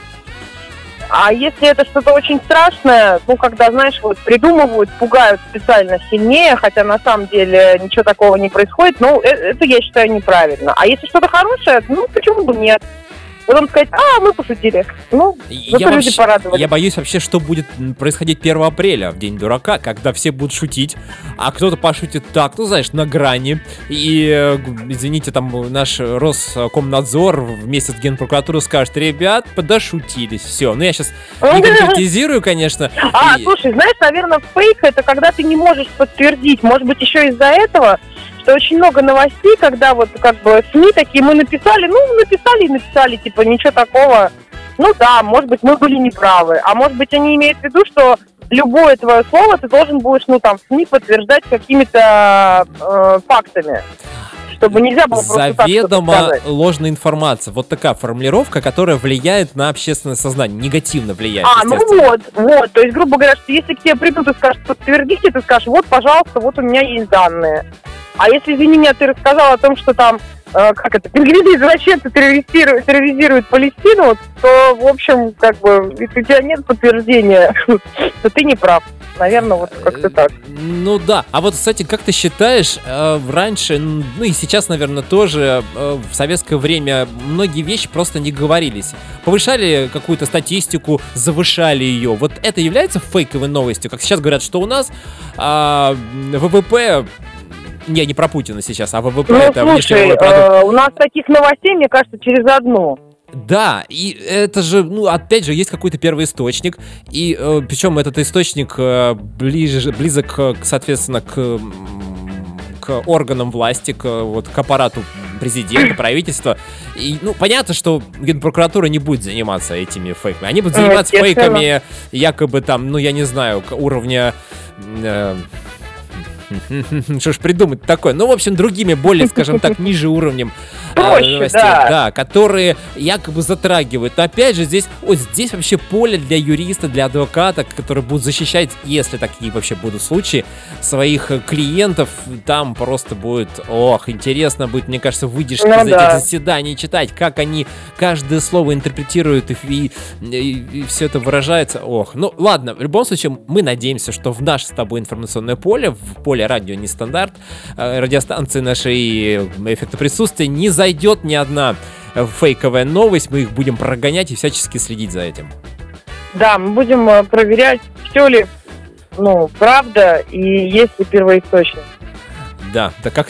[SPEAKER 4] А если это что-то очень страшное, ну, когда, знаешь, вот придумывают, пугают специально сильнее, хотя на самом деле ничего такого не происходит, ну, это я считаю неправильно. А если что-то хорошее, ну, почему бы нет? Потом сказать, мы пошутили. Ну, люди порадовались.
[SPEAKER 2] Я боюсь вообще, что будет происходить 1 апреля, в День дурака, когда все будут шутить, а кто-то пошутит так, ну, знаешь, на грани. И, извините, там наш Роскомнадзор вместе с Генпрокуратурой скажет, ребят, подошутились, все. Ну, я сейчас не конкретизирую, конечно.
[SPEAKER 4] Слушай, знаешь, наверное, фейк — это когда ты не можешь подтвердить. Может быть, еще из-за этого, что очень много новостей, когда вот как бы СМИ такие, мы написали, типа, ничего такого. Ну да, может быть, мы были неправы. А может быть, они имеют в виду, что любое твое слово ты должен будешь, ну там, в СМИ подтверждать какими-то фактами. Чтобы нельзя было просто
[SPEAKER 2] заведомо ложная информация. Вот такая формулировка, которая влияет на общественное сознание, негативно влияет.
[SPEAKER 4] Вот. То есть, грубо говоря, что если к тебе придут и скажут, подтвердите, ты скажешь, вот, пожалуйста, вот у меня есть данные. А если, извини меня, ты рассказал о том, что там, извращенцы терроризируют Палестину, то, в общем, как бы, если у тебя нет подтверждения, то ты не прав. Наверное, вот как-то так.
[SPEAKER 2] Ну да. А вот, кстати, как ты считаешь, раньше, ну и сейчас, наверное, тоже в советское время многие вещи просто не говорились. Повышали какую-то статистику, завышали ее. Вот это является фейковой новостью? Как сейчас говорят, что у нас ВВП... Не про Путина сейчас, а ВВП это внешний валовой продукт.
[SPEAKER 4] У нас таких новостей, мне кажется, через одну.
[SPEAKER 2] Да, и это же, ну, опять же, есть какой-то первоисточник, и причем этот источник близок, соответственно, к органам власти, к аппарату президента, правительства. И, ну, понятно, что Генпрокуратура не будет заниматься этими фейками. Они будут заниматься фейками якобы там, ну, я не знаю, уровня... Что ж придумать такое? Ну, в общем, другими, более, скажем так, ниже уровнем новостей, да, которые якобы затрагивают. Но опять же, здесь вообще поле для юриста, для адвоката, которые будут защищать, если такие вообще будут случаи, своих клиентов. Там просто будет, интересно будет, мне кажется, выдержки из этих заседаний читать, как они каждое слово интерпретируют и все это выражается. Ну ладно, в любом случае, мы надеемся, что в наше с тобой информационное поле, в поле радио Нестандарт, радиостанции нашей эффекта присутствия, не зайдет ни одна фейковая новость. Мы их будем прогонять и всячески следить за этим.
[SPEAKER 4] Да, мы будем проверять, все ли, правда и есть ли первоисточник.
[SPEAKER 2] Да, как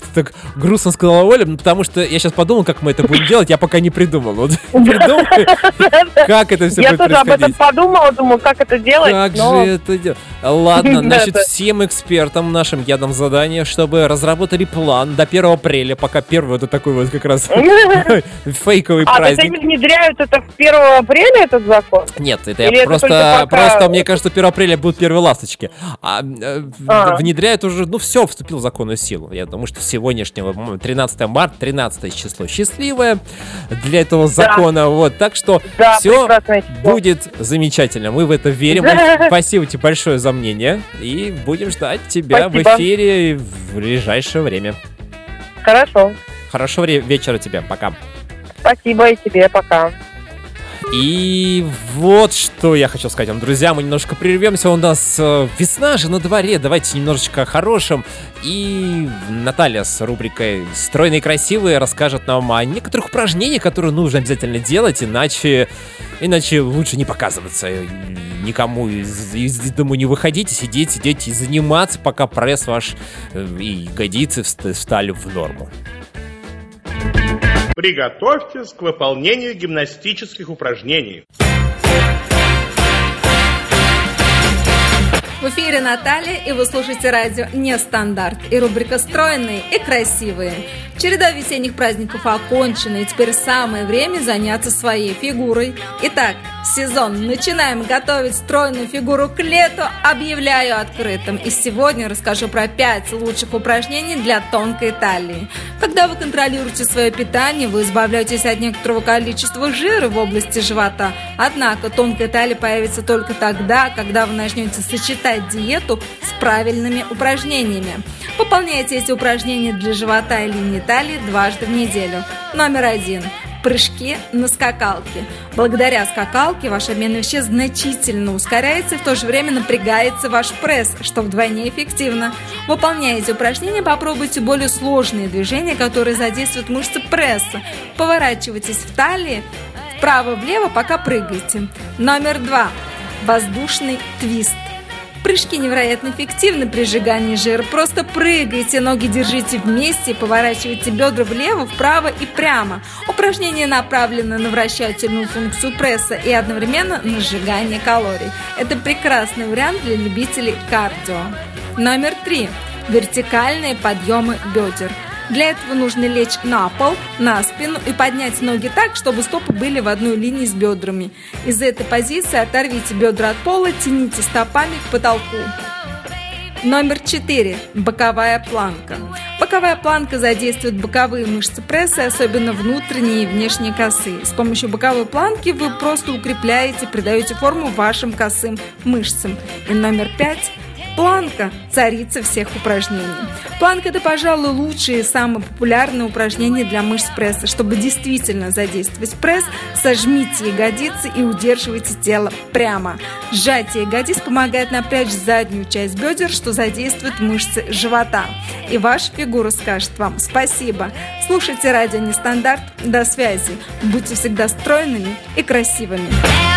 [SPEAKER 2] так грустно сказала Оля, потому что я сейчас подумал, как мы это будем делать, я пока не придумал. Вот придумал, как это все
[SPEAKER 4] Я
[SPEAKER 2] будет
[SPEAKER 4] тоже об этом
[SPEAKER 2] происходить.
[SPEAKER 4] подумала, думаю, как это делать.
[SPEAKER 2] Как
[SPEAKER 4] но-
[SPEAKER 2] же это делать? Ладно, значит,
[SPEAKER 4] Да.
[SPEAKER 2] всем экспертам нашим я дам задание, чтобы разработали план до 1 апреля, пока первый это такой вот как раз фейковый
[SPEAKER 4] А, то есть
[SPEAKER 2] праздник.
[SPEAKER 4] они внедряют это в 1 апреля, этот закон?
[SPEAKER 2] Нет, это
[SPEAKER 4] Или
[SPEAKER 2] я
[SPEAKER 4] это только
[SPEAKER 2] просто,
[SPEAKER 4] пока-
[SPEAKER 2] мне кажется, 1 апреля будут первые ласточки.
[SPEAKER 4] А.
[SPEAKER 2] Внедряют уже, все, вступил в законную силу. Я думаю, что с сегодняшнего 13 марта, 13 число счастливое для этого закона. Вот, так что
[SPEAKER 4] Да,
[SPEAKER 2] все
[SPEAKER 4] прекрасное число.
[SPEAKER 2] будет замечательно. Мы в это верим. Спасибо тебе большое за мнение. И будем ждать тебя в
[SPEAKER 4] Спасибо.
[SPEAKER 2] эфире в ближайшее время.
[SPEAKER 4] Хорошо.
[SPEAKER 2] Хорошего вечера тебе. Пока.
[SPEAKER 4] Спасибо и тебе, пока.
[SPEAKER 2] И вот что я хочу сказать вам, друзья, мы немножко прервемся, у нас весна же на дворе, давайте немножечко о хорошем. И Наталья с рубрикой «Стройные и красивые» расскажет нам о некоторых упражнениях, которые нужно обязательно делать, иначе лучше не показываться никому из дому, не выходить, сидеть и заниматься, пока пресс ваш и ягодицы встали в норму.
[SPEAKER 6] Приготовьтесь к выполнению гимнастических упражнений.
[SPEAKER 7] В эфире Наталья, и вы слушаете радио «Нестандарт» и рубрика «Стройные и красивые». Череда весенних праздников окончена, и теперь самое время заняться своей фигурой. Итак, сезон. Начинаем готовить стройную фигуру к лету. Объявляю открытым. И сегодня расскажу про 5 лучших упражнений для тонкой талии. Когда вы контролируете свое питание, вы избавляетесь от некоторого количества жира в области живота. Однако тонкая талия появится только тогда, когда вы начнете сочетать диету с правильными упражнениями. Выполняйте эти упражнения для живота и линии талии дважды в неделю. Номер 1. Прыжки на скакалке. Благодаря скакалке ваш обмен веществ значительно ускоряется и в то же время напрягается ваш пресс, что вдвойне эффективно. Выполняя эти упражнения, попробуйте более сложные движения, которые задействуют мышцы пресса. Поворачивайтесь в талии вправо-влево, пока прыгаете. Номер 2. Воздушный твист. Прыжки невероятно эффективны при сжигании жира. Просто прыгайте, ноги держите вместе, поворачивайте бедра влево, вправо и прямо. Упражнение направлено на вращательную функцию пресса и одновременно на сжигание калорий. Это прекрасный вариант для любителей кардио. Номер 3. Вертикальные подъемы бедер. Для этого нужно лечь на пол, на спину и поднять ноги так, чтобы стопы были в одной линии с бедрами. Из этой позиции оторвите бедра от пола, тяните стопами к потолку. Номер 4. Боковая планка. Боковая планка задействует боковые мышцы пресса, особенно внутренние и внешние косые. С помощью боковой планки вы просто укрепляете, придаете форму вашим косым мышцам. И номер 5. Планка – царица всех упражнений. Планка – это, пожалуй, лучшее и самое популярное упражнение для мышц пресса. Чтобы действительно задействовать пресс, сожмите ягодицы и удерживайте тело прямо. Сжатие ягодиц помогает напрячь заднюю часть бедер, что задействует мышцы живота. И ваша фигура скажет вам спасибо. Слушайте радио «Нестандарт». До связи. Будьте всегда стройными и красивыми.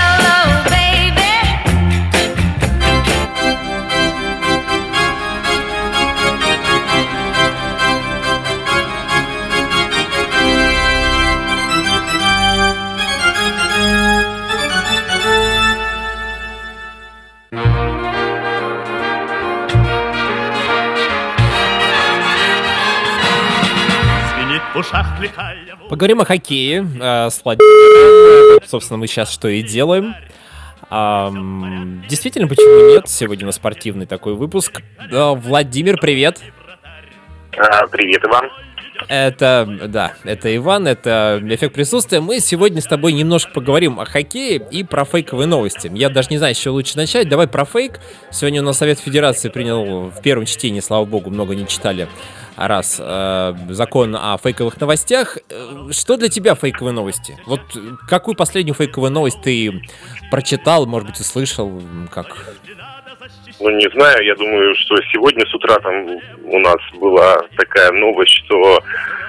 [SPEAKER 2] Поговорим о хоккее с Владимиром. Собственно, мы сейчас что и делаем. Действительно, почему нет? Сегодня на спортивный такой выпуск. Владимир, привет.
[SPEAKER 8] Привет, Иван.
[SPEAKER 2] Это Иван, это «Эффект присутствия». Мы сегодня с тобой немножко поговорим о хоккее и про фейковые новости. Я даже не знаю, с чего лучше начать. Давай про фейк. Сегодня у нас Совет Федерации принял в первом чтении, слава богу, много не читали, закон о фейковых новостях. Что для тебя фейковые новости? Вот какую последнюю фейковую новость ты прочитал, может быть, услышал? Как?
[SPEAKER 8] Ну, не знаю, я думаю, что сегодня с утра там у нас была такая новость, что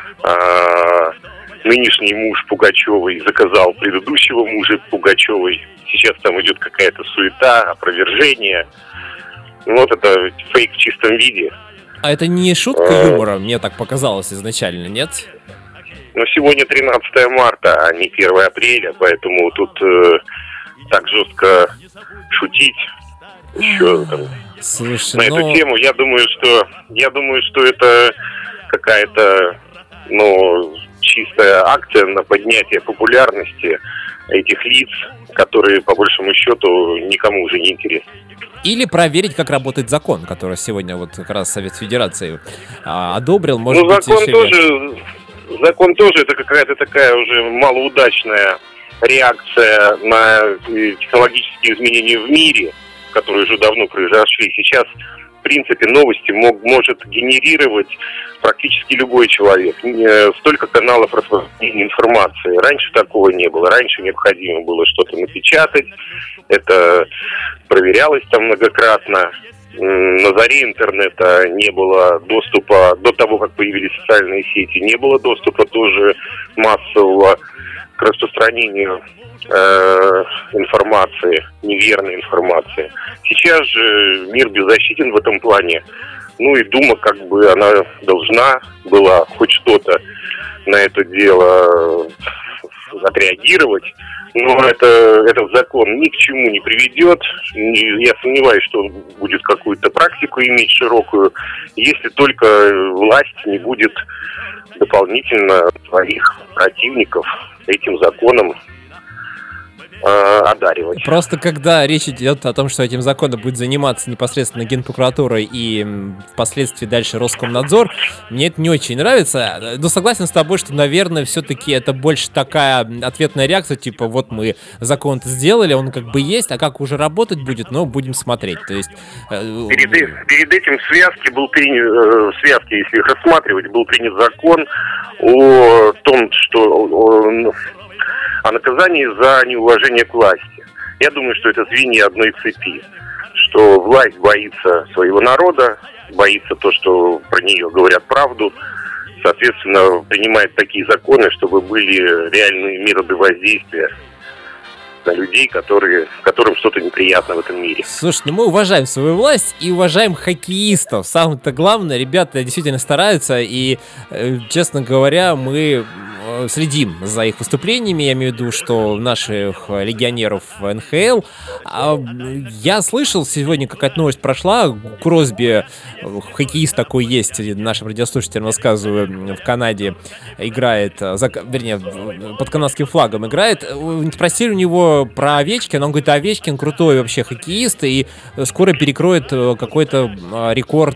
[SPEAKER 8] нынешний муж Пугачевой заказал предыдущего мужа Пугачевой. Сейчас там идет какая-то суета, опровержение. Вот это фейк в чистом виде.
[SPEAKER 2] А это не шутка юмора, мне так показалось изначально, нет?
[SPEAKER 8] Но сегодня 13 марта, а не 1 апреля, поэтому тут так жестко шутить еще там,
[SPEAKER 2] Слушай,
[SPEAKER 8] на эту тему. Я думаю, что это какая-то, чистая акция на поднятие популярности этих лиц, которые, по большому счету, никому уже не интересны.
[SPEAKER 2] Или проверить, как работает закон, который сегодня вот как раз Совет Федерации одобрил. Может быть,
[SPEAKER 8] закон тоже это какая-то такая уже малоудачная реакция на технологические изменения в мире, которые уже давно произошли. Сейчас, в принципе, новости может генерировать практически любой человек. Столько каналов распространения информации. Раньше такого не было. Раньше необходимо было что-то напечатать. Это проверялось там многократно. На заре интернета не было доступа, до того, как появились социальные сети, не было доступа тоже массового к распространению информации, неверной информации. Сейчас же мир беззащитен в этом плане. И Дума, она должна была хоть что-то на это дело отреагировать. Но этот закон ни к чему не приведет. Я сомневаюсь, что он будет какую-то практику иметь широкую, если только власть не будет дополнительно своих противников этим законом одаривать.
[SPEAKER 2] Просто когда речь идет о том, что этим законом будет заниматься непосредственно Генпрокуратура и впоследствии дальше Роскомнадзор, мне это не очень нравится. Но согласен с тобой, что, наверное, все-таки это больше такая ответная реакция, типа вот мы закон-то сделали, он есть, а как уже работать будет, будем смотреть. То есть
[SPEAKER 8] перед этим в связке был принят, если их рассматривать, был принят закон о том, что о наказании за неуважение к власти. Я думаю, что это звенья одной цепи. Что власть боится своего народа, боится то, что про нее говорят правду. Соответственно, принимает такие законы, чтобы были реальные методы воздействия на людей, которым что-то неприятно в этом мире.
[SPEAKER 2] Слушай, мы уважаем свою власть и уважаем хоккеистов. Самое-то главное, ребята действительно стараются, и, честно говоря, мы следим за их выступлениями, я имею в виду, что наших легионеров НХЛ. Я слышал, сегодня какая-то новость прошла, у Кросби, хоккеист такой есть, нашим радиослушателям рассказываю, в Канаде играет, под канадским флагом играет. Спросили у него про Овечкина, он говорит, Овечкин крутой вообще хоккеист, и скоро перекроет какой-то рекорд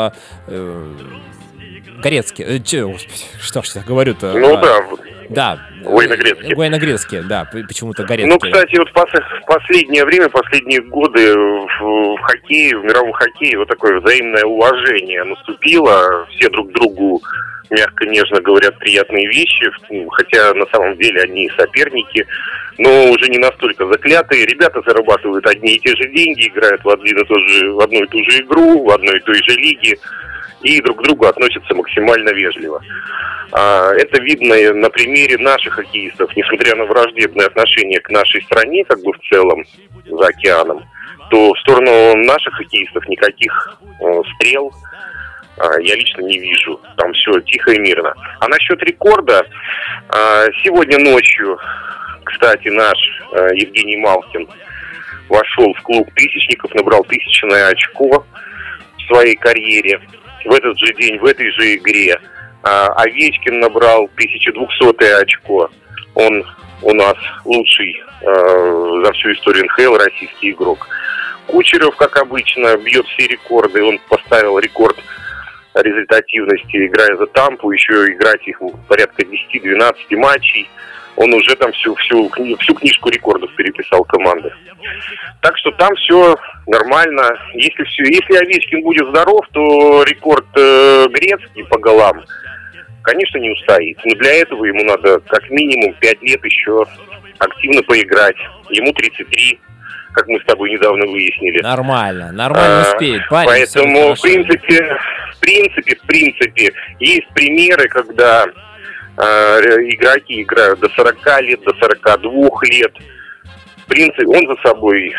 [SPEAKER 2] Горецкий. Что ж я говорю-то? Да. Война Грецкий, да, почему-то Горецкий.
[SPEAKER 8] Кстати, вот в последнее время, последние годы в хоккее, в мировом хоккее вот такое взаимное уважение наступило. Все друг другу мягко, нежно говорят приятные вещи, хотя на самом деле они соперники, но уже не настолько заклятые. Ребята зарабатывают одни и те же деньги, играют в одну и ту же игру, в одной и той же лиге, и друг к другу относятся максимально вежливо. Это видно на примере наших хоккеистов, несмотря на враждебное отношение к нашей стране, в целом, за океаном, то в сторону наших хоккеистов никаких стрел я лично не вижу. Там все тихо и мирно. А насчет рекорда, сегодня ночью, кстати, наш Евгений Малкин вошел в клуб тысячников, набрал 1000-е очко в своей карьере. В этот же день, в этой же игре Овечкин набрал 1200-е очко. Он у нас лучший за всю историю НХЛ российский игрок. Кучеров, как обычно, бьет все рекорды. Он поставил рекорд результативности, играя за Тампу, еще играть их порядка 10-12 матчей. Он уже там всю книжку рекордов переписал команды. Так что там все нормально. Если Овечкин будет здоров, то рекорд Грецкий по голам, конечно, не устоит. Но для этого ему надо как минимум 5 лет еще активно поиграть. Ему 33, как мы с тобой недавно выяснили.
[SPEAKER 2] Нормально успеет, парень.
[SPEAKER 8] Поэтому, в принципе, есть примеры, когда игроки играют до 40 лет, до 42 лет. В принципе, он за собой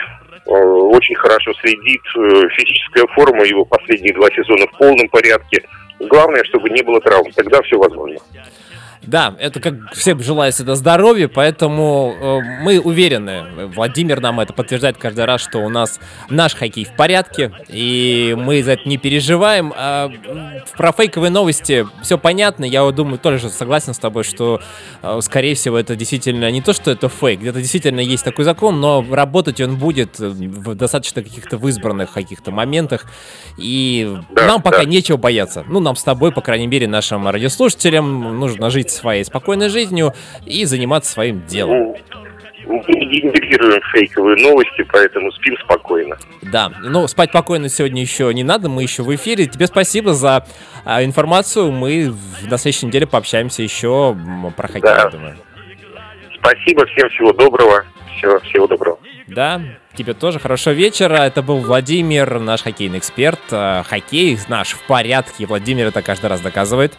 [SPEAKER 8] очень хорошо следит, физическая форма его последние 2 сезона в полном порядке. Главное, чтобы не было травм, тогда все возможно.
[SPEAKER 2] Да, это как всем желаю всегда здоровья, поэтому мы уверены, Владимир нам это подтверждает каждый раз, что у нас наш хоккей в порядке, и мы за это не переживаем. Про фейковые новости все понятно, я думаю, тоже согласен с тобой, что, скорее всего, это действительно не то, что это фейк, где-то действительно есть такой закон, но работать он будет в достаточно каких-то в избранных каких-то моментах, и нам пока нечего бояться. Ну, нам с тобой, по крайней мере, нашим радиослушателям нужно жить своей спокойной жизнью и заниматься своим делом.
[SPEAKER 8] Мы не игнорируем фейковые новости, поэтому спим спокойно.
[SPEAKER 2] Да, но спать спокойно сегодня еще не надо, мы еще в эфире. Тебе спасибо за информацию, мы на следующей неделе пообщаемся еще про хоккей, я думаю.
[SPEAKER 8] Спасибо, всем всего доброго. Всего доброго.
[SPEAKER 2] Да, тебе тоже хорошего вечера. Это был Владимир, наш хоккейный эксперт. Хоккей наш в порядке, Владимир это каждый раз доказывает.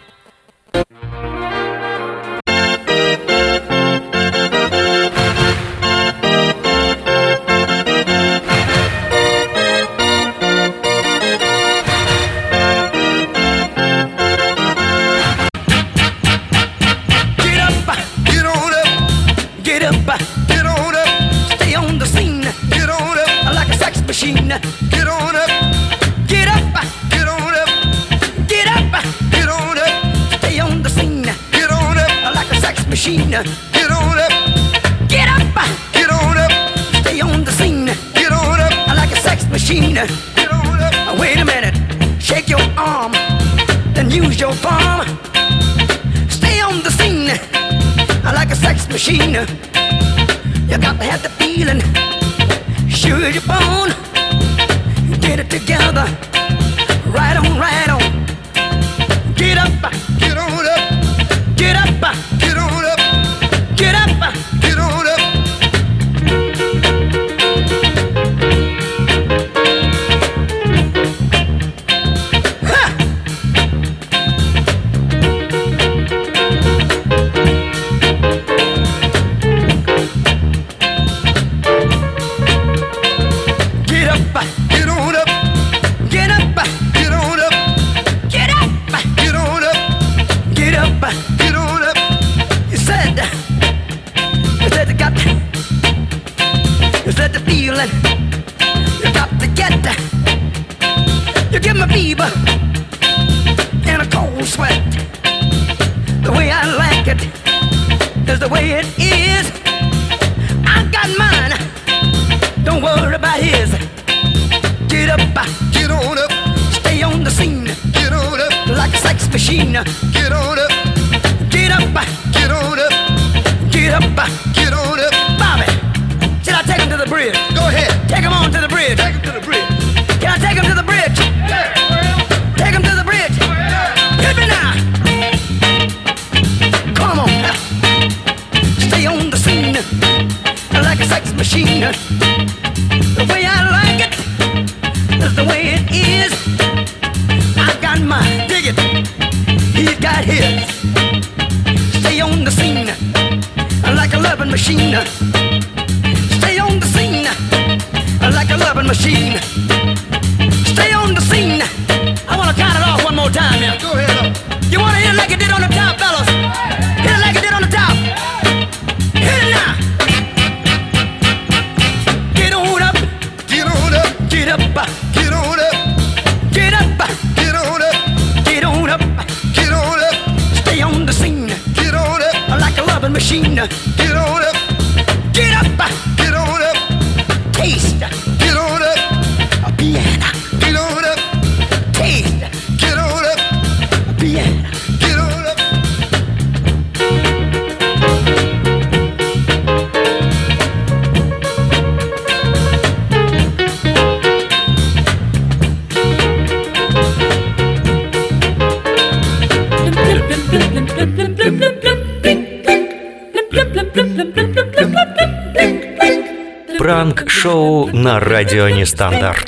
[SPEAKER 3] Machine. Get on up, get up, get on up, get up, get on up, stay on the scene. Get on up like a sex machine. Get on up, get up, get on up, stay on the scene. Get on up like a sex machine. Get on up. Wait a minute, shake your arm, then use your palm. Stay on the scene like a sex machine. You got to have the feeling. Sure you're born. Get it together. Right on, right on. Get up, get on up. Get up, get on up. Get up, get on up. Ha! Get up, get on up. Get up, get on up. Get up, get on up. Get up, get on up. You said the feeling. You got to get. You give me fever and a cold sweat. The way I like it is the way it is. I got mine. Don't worry about his. Get up, get on up. Stay on the scene. Get on up like a sex machine. Get on up. Get up, get on up. Get up, get on up. Bobby, should I take him to the bridge? Go ahead. Take him on to the bridge. Take him to the bridge. Can I take him to the bridge? Yeah. Take him to the bridge. Hit me now. Come on. Stay on the scene like a sex machine. The way I like it is the way it is. I got mine, dig it. He's got his. Stay on the scene like a loving machine. Stay on the scene like a loving machine. Stay on the scene. I want to count it off one more time here. Go ahead. You want to hit it like it did on the top, fellas? Hit it like it did on the top. Hit it now. Get on up. Get on up. Get up. Get on up. Get up. Get on up. Get on up. Get on up. Stay on the scene. Get on up like a loving machine. Get on up. Get up. Get on up. Taste. Get on up. A piano. Get on up. Taste. Get on up. A piano. Get on up.
[SPEAKER 1] Пранк-шоу на радио Нестандарт.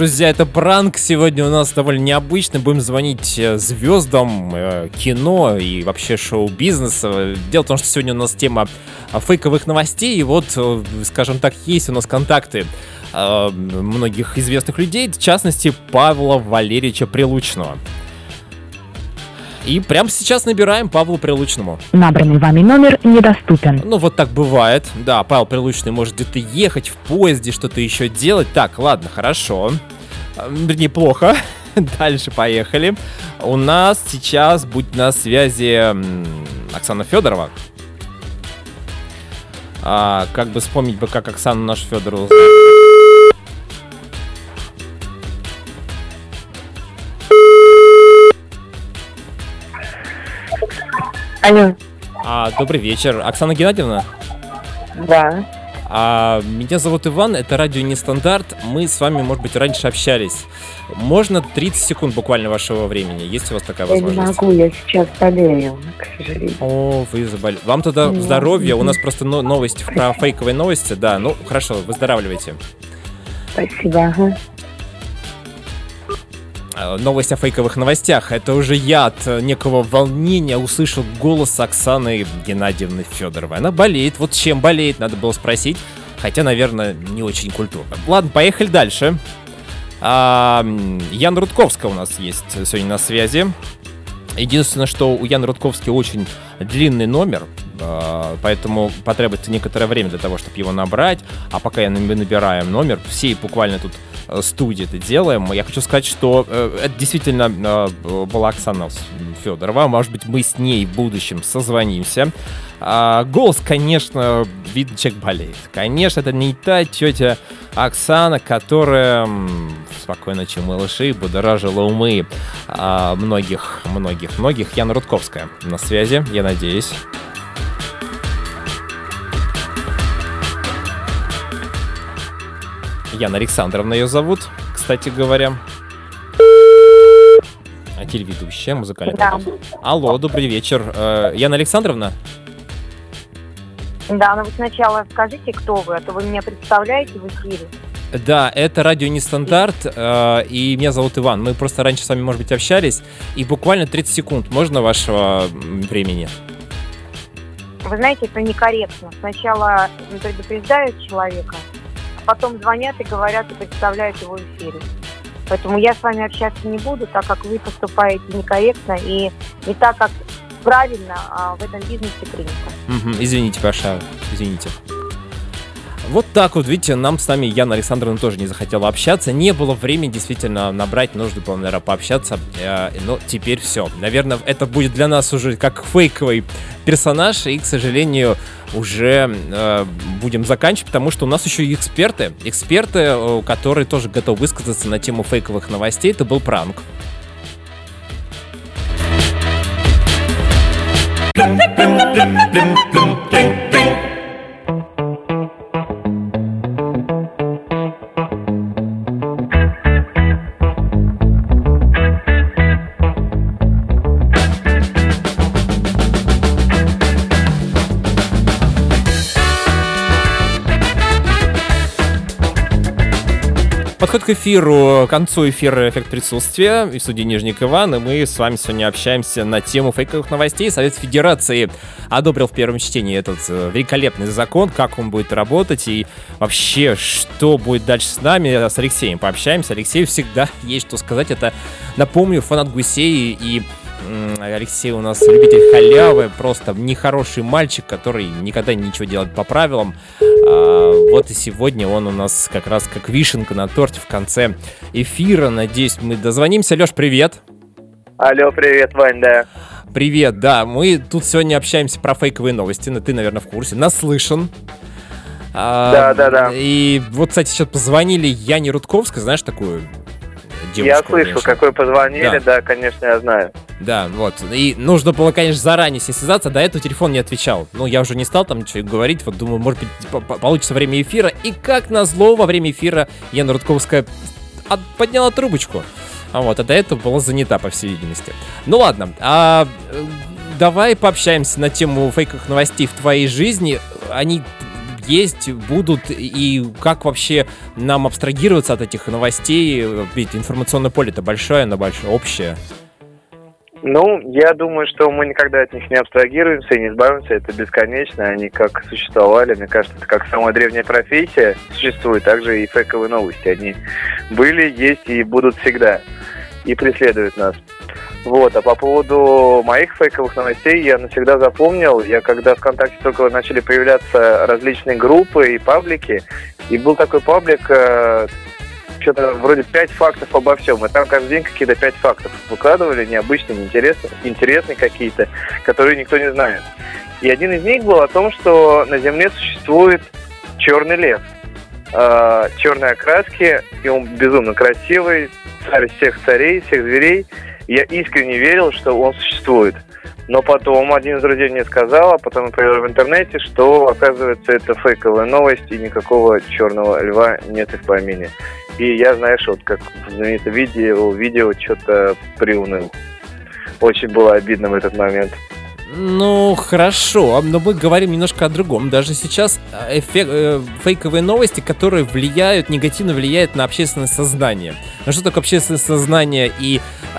[SPEAKER 2] друзья, это пранк. Сегодня у нас довольно необычный. Будем звонить звездам кино и вообще шоу-бизнеса. Дело в том, что сегодня у нас тема фейковых новостей. И вот, скажем так, есть у нас контакты многих известных людей, в частности, Павла Валерьевича Прилучного. И прямо сейчас набираем Павлу Прилучному.
[SPEAKER 9] Набранный вами номер недоступен.
[SPEAKER 2] Ну, вот так бывает. Да, Павел Прилучный может где-то ехать в поезде, что-то еще делать. Так, ладно, хорошо. Неплохо. Дальше поехали. У нас сейчас будет на связи Оксана Федорова. Как бы вспомнить бы, как Оксану нашу Федорову зовут.
[SPEAKER 9] Алло.
[SPEAKER 2] Добрый вечер. Оксана Геннадьевна?
[SPEAKER 9] Да.
[SPEAKER 2] Меня зовут Иван, это радио Нестандарт. Мы с вами, может быть, раньше общались. Можно 30 секунд буквально вашего времени? Есть у вас такая возможность?
[SPEAKER 9] Я не могу, я сейчас болею, к сожалению.
[SPEAKER 2] О, вы заболели. Вам тогда здоровья. У нас просто новости про фейковые новости. Да, ну хорошо, выздоравливайте.
[SPEAKER 9] Спасибо, ага.
[SPEAKER 2] Новость о фейковых новостях. Это уже я от некого волнения услышал голос Оксаны Геннадьевны Федоровой. Она болеет. Вот чем болеет, надо было спросить. Хотя, наверное, не очень культурно. Ладно, поехали дальше. Яна Рудковская у нас есть сегодня на связи. Единственное, что у Яны Рудковской очень длинный номер, поэтому потребуется некоторое время для того, чтобы его набрать. А пока мы набираем номер, все буквально тут студии это делаем. Я хочу сказать, что это действительно была Оксана Федорова. Может быть, мы с ней в будущем созвонимся. Голос, конечно, видно, человек болеет. Конечно, это не та тетя Оксана, которая «Спокойной ночи, малыши» будоражила умы многих. Яна Рудковская на связи, я надеюсь. Яна Александровна ее зовут, кстати говоря. Телеведущая, музыкальная.
[SPEAKER 9] Да.
[SPEAKER 2] Алло, добрый вечер. Яна Александровна?
[SPEAKER 9] Да, но вы сначала скажите, кто вы, а то вы меня представляете в эфире.
[SPEAKER 2] Да, это радио Нестандарт, и меня зовут Иван. Мы просто раньше с вами, может быть, общались, и буквально 30 секунд. Можно вашего времени?
[SPEAKER 9] Вы знаете, это некорректно. Сначала предупреждают человека, а потом звонят и говорят, и представляют его в эфире. Поэтому я с вами общаться не буду, так как вы поступаете некорректно и не так, как правильно в этом бизнесе принято.
[SPEAKER 2] Извините, Паша, извините. Вот так вот, видите, нам с нами Яна Александровна тоже не захотела общаться. Не было времени действительно набрать, нужно было, наверное, пообщаться. Но теперь все. Наверное, это будет для нас уже как фейковый персонаж. И, к сожалению, уже будем заканчивать, потому что у нас еще и эксперты. Эксперты, которые тоже готовы высказаться на тему фейковых новостей. Это был пранк. Подход к эфиру, к концу эфира «Эффект присутствия». И в студии Нижник Иван, и мы с вами сегодня общаемся на тему фейковых новостей. Совет Федерации одобрил в первом чтении этот великолепный закон, как он будет работать и вообще, что будет дальше с нами. С Алексеем пообщаемся. Алексею всегда есть что сказать. Это, напомню, фанат гусей, и Алексей у нас любитель халявы, просто нехороший мальчик, который никогда ничего делает по правилам. Вот и сегодня он у нас как раз как вишенка на торте в конце эфира. Надеюсь, мы дозвонимся. Лёш, привет.
[SPEAKER 10] Алло, привет, Вань, да.
[SPEAKER 2] Привет, да. Мы тут сегодня общаемся про фейковые новости. Но ты, наверное, в курсе. Наслышан.
[SPEAKER 10] Да.
[SPEAKER 2] И вот, кстати, сейчас позвонили Яне Рудковской, знаешь такую девушку?
[SPEAKER 10] Я слышал,
[SPEAKER 2] конечно.
[SPEAKER 10] какой позвонили, да, конечно, я знаю.
[SPEAKER 2] Да, вот. И нужно было, конечно, заранее с ней связаться, до этого телефон не отвечал. Ну, я уже не стал там ничего говорить, вот думаю, может быть, получится время эфира. И как назло, во время эфира Яна Рудковская подняла трубочку. А до этого была занята, по всей видимости. Ну ладно, давай пообщаемся на тему фейковых новостей в твоей жизни. Они есть, будут, и как вообще нам абстрагироваться от этих новостей? Ведь информационное поле-то большое, оно большое, общее.
[SPEAKER 10] Ну, я думаю, что мы никогда от них не абстрагируемся и не избавимся, это бесконечно, они как существовали, мне кажется, это как самая древняя профессия существует, также и фейковые новости, они были, есть и будут всегда, и преследуют нас. Вот, а по поводу моих фейковых новостей я навсегда запомнил, я когда ВКонтакте только начали появляться различные группы и паблики, и был такой паблик, что-то вроде 5 фактов обо всем, и там каждый день какие-то 5 фактов выкладывали, необычные, интересные какие-то, которые никто не знает. И один из них был о том, что на Земле существует черный лев, черной окраски, и он безумно красивый, царь всех царей, всех зверей. Я искренне верил, что он существует. Но потом один из друзей мне сказал, а потом я проверил в интернете, что, оказывается, это фейковая новость, и никакого черного льва нет и в помине. И я, знаешь, вот как в знаменитом видео что-то приуныл. Очень было обидно в этот момент.
[SPEAKER 2] Ну, хорошо, но мы говорим немножко о другом. Даже сейчас фейковые новости, которые негативно влияют на общественное сознание. Но что такое общественное сознание и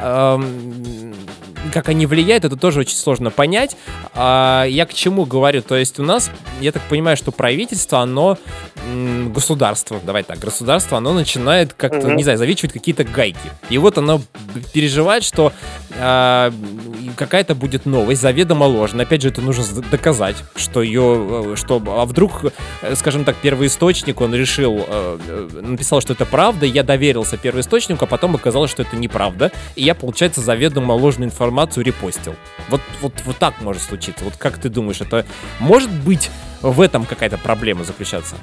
[SPEAKER 2] как они влияют, это тоже очень сложно понять. Я к чему говорю? То есть у нас, я так понимаю, что правительство, оно, государство, оно начинает как-то, не знаю, завинчивать какие-то гайки. И вот оно переживает, что какая-то будет новость, заведомо ложная. Опять же, это нужно доказать, а вдруг, скажем так, первоисточник, он написал, что это правда, я доверился первоисточнику, а потом оказалось, что это неправда, и я, получается, заведомо ложную информацию репостил. Вот так может случиться. Вот как ты думаешь, это может быть в этом какая-то проблема заключаться?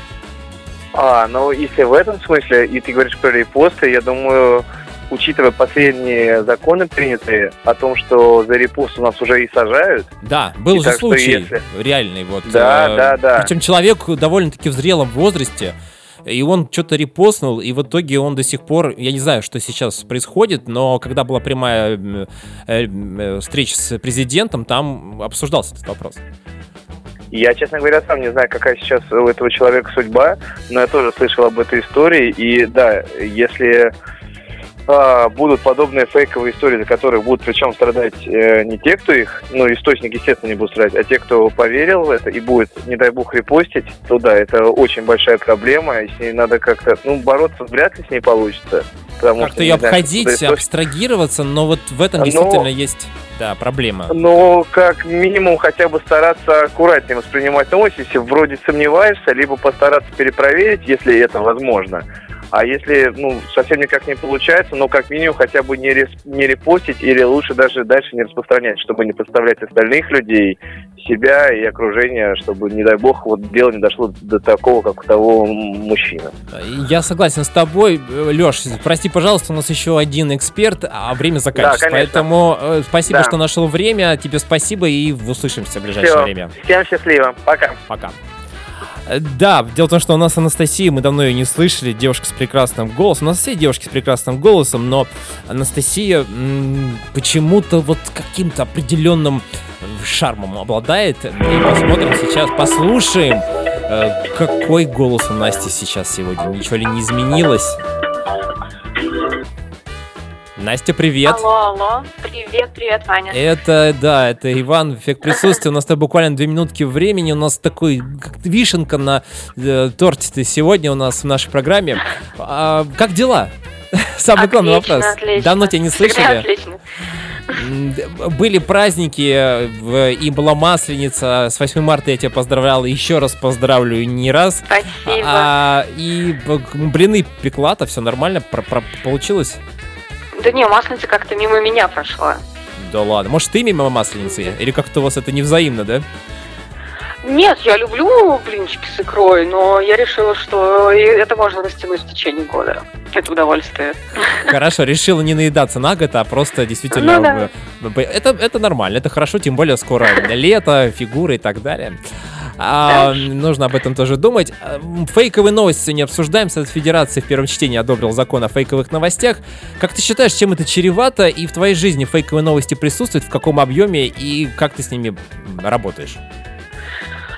[SPEAKER 10] Ну, если в этом смысле, и ты говоришь про репосты, я думаю, учитывая последние законы принятые о том, что за репост у нас уже и сажают. Да, был же случай реальный. Да. Причем человек довольно-таки в зрелом возрасте, и он что-то репостнул, и в итоге он до сих пор, я не знаю, что сейчас происходит, но когда была прямая встреча с президентом, там обсуждался этот вопрос. Я, честно говоря, сам не знаю, какая сейчас у этого человека судьба, но я тоже слышал об этой истории, и да, если будут подобные фейковые истории, за которые будут причем страдать не те, кто их, источник, естественно, не будут страдать, а те, кто поверил в это и будет, не дай бог, репостить, то да, это очень большая проблема, и с ней надо как-то, бороться вряд ли с ней получится. Как-то ее обходить, абстрагироваться, но вот в этом действительно есть, проблема. Как минимум, хотя бы стараться аккуратнее воспринимать новости, если вроде сомневаешься, либо постараться перепроверить, если это возможно. А если, совсем никак не получается, как минимум хотя бы не репостить или лучше даже дальше не распространять, чтобы не подставлять остальных людей, себя и окружение, чтобы, не дай бог, дело не дошло до такого, как у того мужчины. Я согласен с тобой, Лёш. Прости, пожалуйста, у нас еще один эксперт, а время заканчивается. Да, поэтому спасибо, что нашел время. Тебе спасибо и услышимся в ближайшее время. Всем счастливо. Пока. Пока. Да, дело в том, что у нас Анастасия, мы давно ее не слышали, девушка с прекрасным голосом. У нас все девушки с прекрасным голосом, но Анастасия почему-то каким-то определенным шармом обладает. И посмотрим сейчас, послушаем, какой голос у Насти сейчас сегодня. Ничего ли не изменилось? Настя, привет.
[SPEAKER 11] Алло. Привет, Ваня.
[SPEAKER 2] Это Иван, эффект присутствия. У нас буквально 2 минутки времени. У нас такой, как вишенка на торте сегодня у нас в нашей программе. Как дела? Самый главный вопрос. Отлично. Давно тебя не слышали? Отлично. Были праздники, и была Масленица. С 8 марта я тебя поздравлял. Еще раз поздравлю не раз.
[SPEAKER 11] Спасибо.
[SPEAKER 2] И блины пекла-то, все нормально получилось?
[SPEAKER 11] Да не, Масленица как-то мимо меня прошла.
[SPEAKER 2] Да ладно, может ты мимо Масленицы? Или как-то у вас это невзаимно, да?
[SPEAKER 11] Нет, я люблю блинчики с икрой, но я решила, что это можно растянуть в течение года. Это удовольствие. Хорошо, решила не наедаться на год, а просто действительно... Это нормально, это хорошо, тем более скоро лето, фигуры и так далее. Нужно об этом тоже думать. Фейковые новости не обсуждаем. Совет Федерации в первом чтении одобрил закон о фейковых новостях. Как ты считаешь, чем это чревато? И в твоей жизни фейковые новости присутствуют? В каком объеме? И как ты с ними работаешь?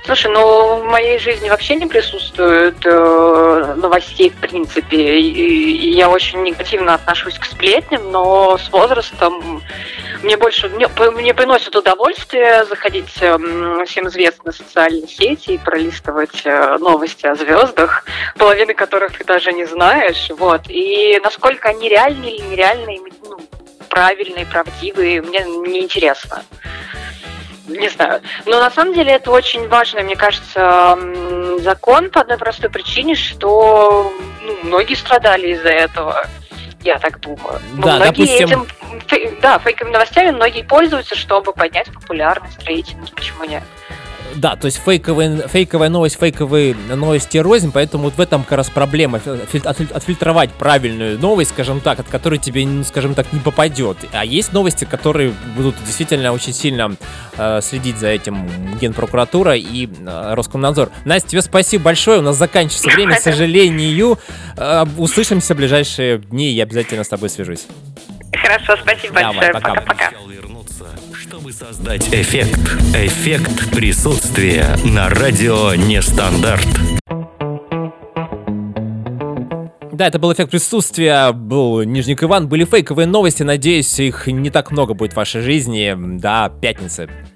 [SPEAKER 11] Слушай, ну в моей жизни вообще не присутствует новостей в принципе. И я очень негативно отношусь к сплетням, но с возрастом мне приносит удовольствие заходить всем известные социальные сети и пролистывать новости о звездах, половины которых ты даже не знаешь. Вот. И насколько они реальные или нереальные, ну, правильные, правдивые, мне неинтересно. Не знаю. Но на самом деле это очень важный, мне кажется, закон по одной простой причине, что многие страдали из-за этого. Я так думаю.
[SPEAKER 2] Да, допустим...
[SPEAKER 11] фейковыми новостями многие пользуются, чтобы поднять популярность, рейтинги. Почему нет?
[SPEAKER 2] Да, то есть фейковая новость, фейковые новости рознь, поэтому вот в этом как раз проблема, отфильтровать правильную новость, скажем так, от которой тебе, скажем так, не попадет. А есть новости, которые будут действительно очень сильно следить за этим Генпрокуратура и Роскомнадзор. Настя, тебе спасибо большое, у нас заканчивается время, к сожалению. Услышимся в ближайшие дни, я обязательно с тобой свяжусь.
[SPEAKER 11] Хорошо, спасибо большое, пока-пока.
[SPEAKER 1] Чтобы создать эффект присутствия на радио Нестандарт.
[SPEAKER 2] Да, это был эффект присутствия, был Нижник Иван, были фейковые новости, надеюсь, их не так много будет в вашей жизни до пятницы.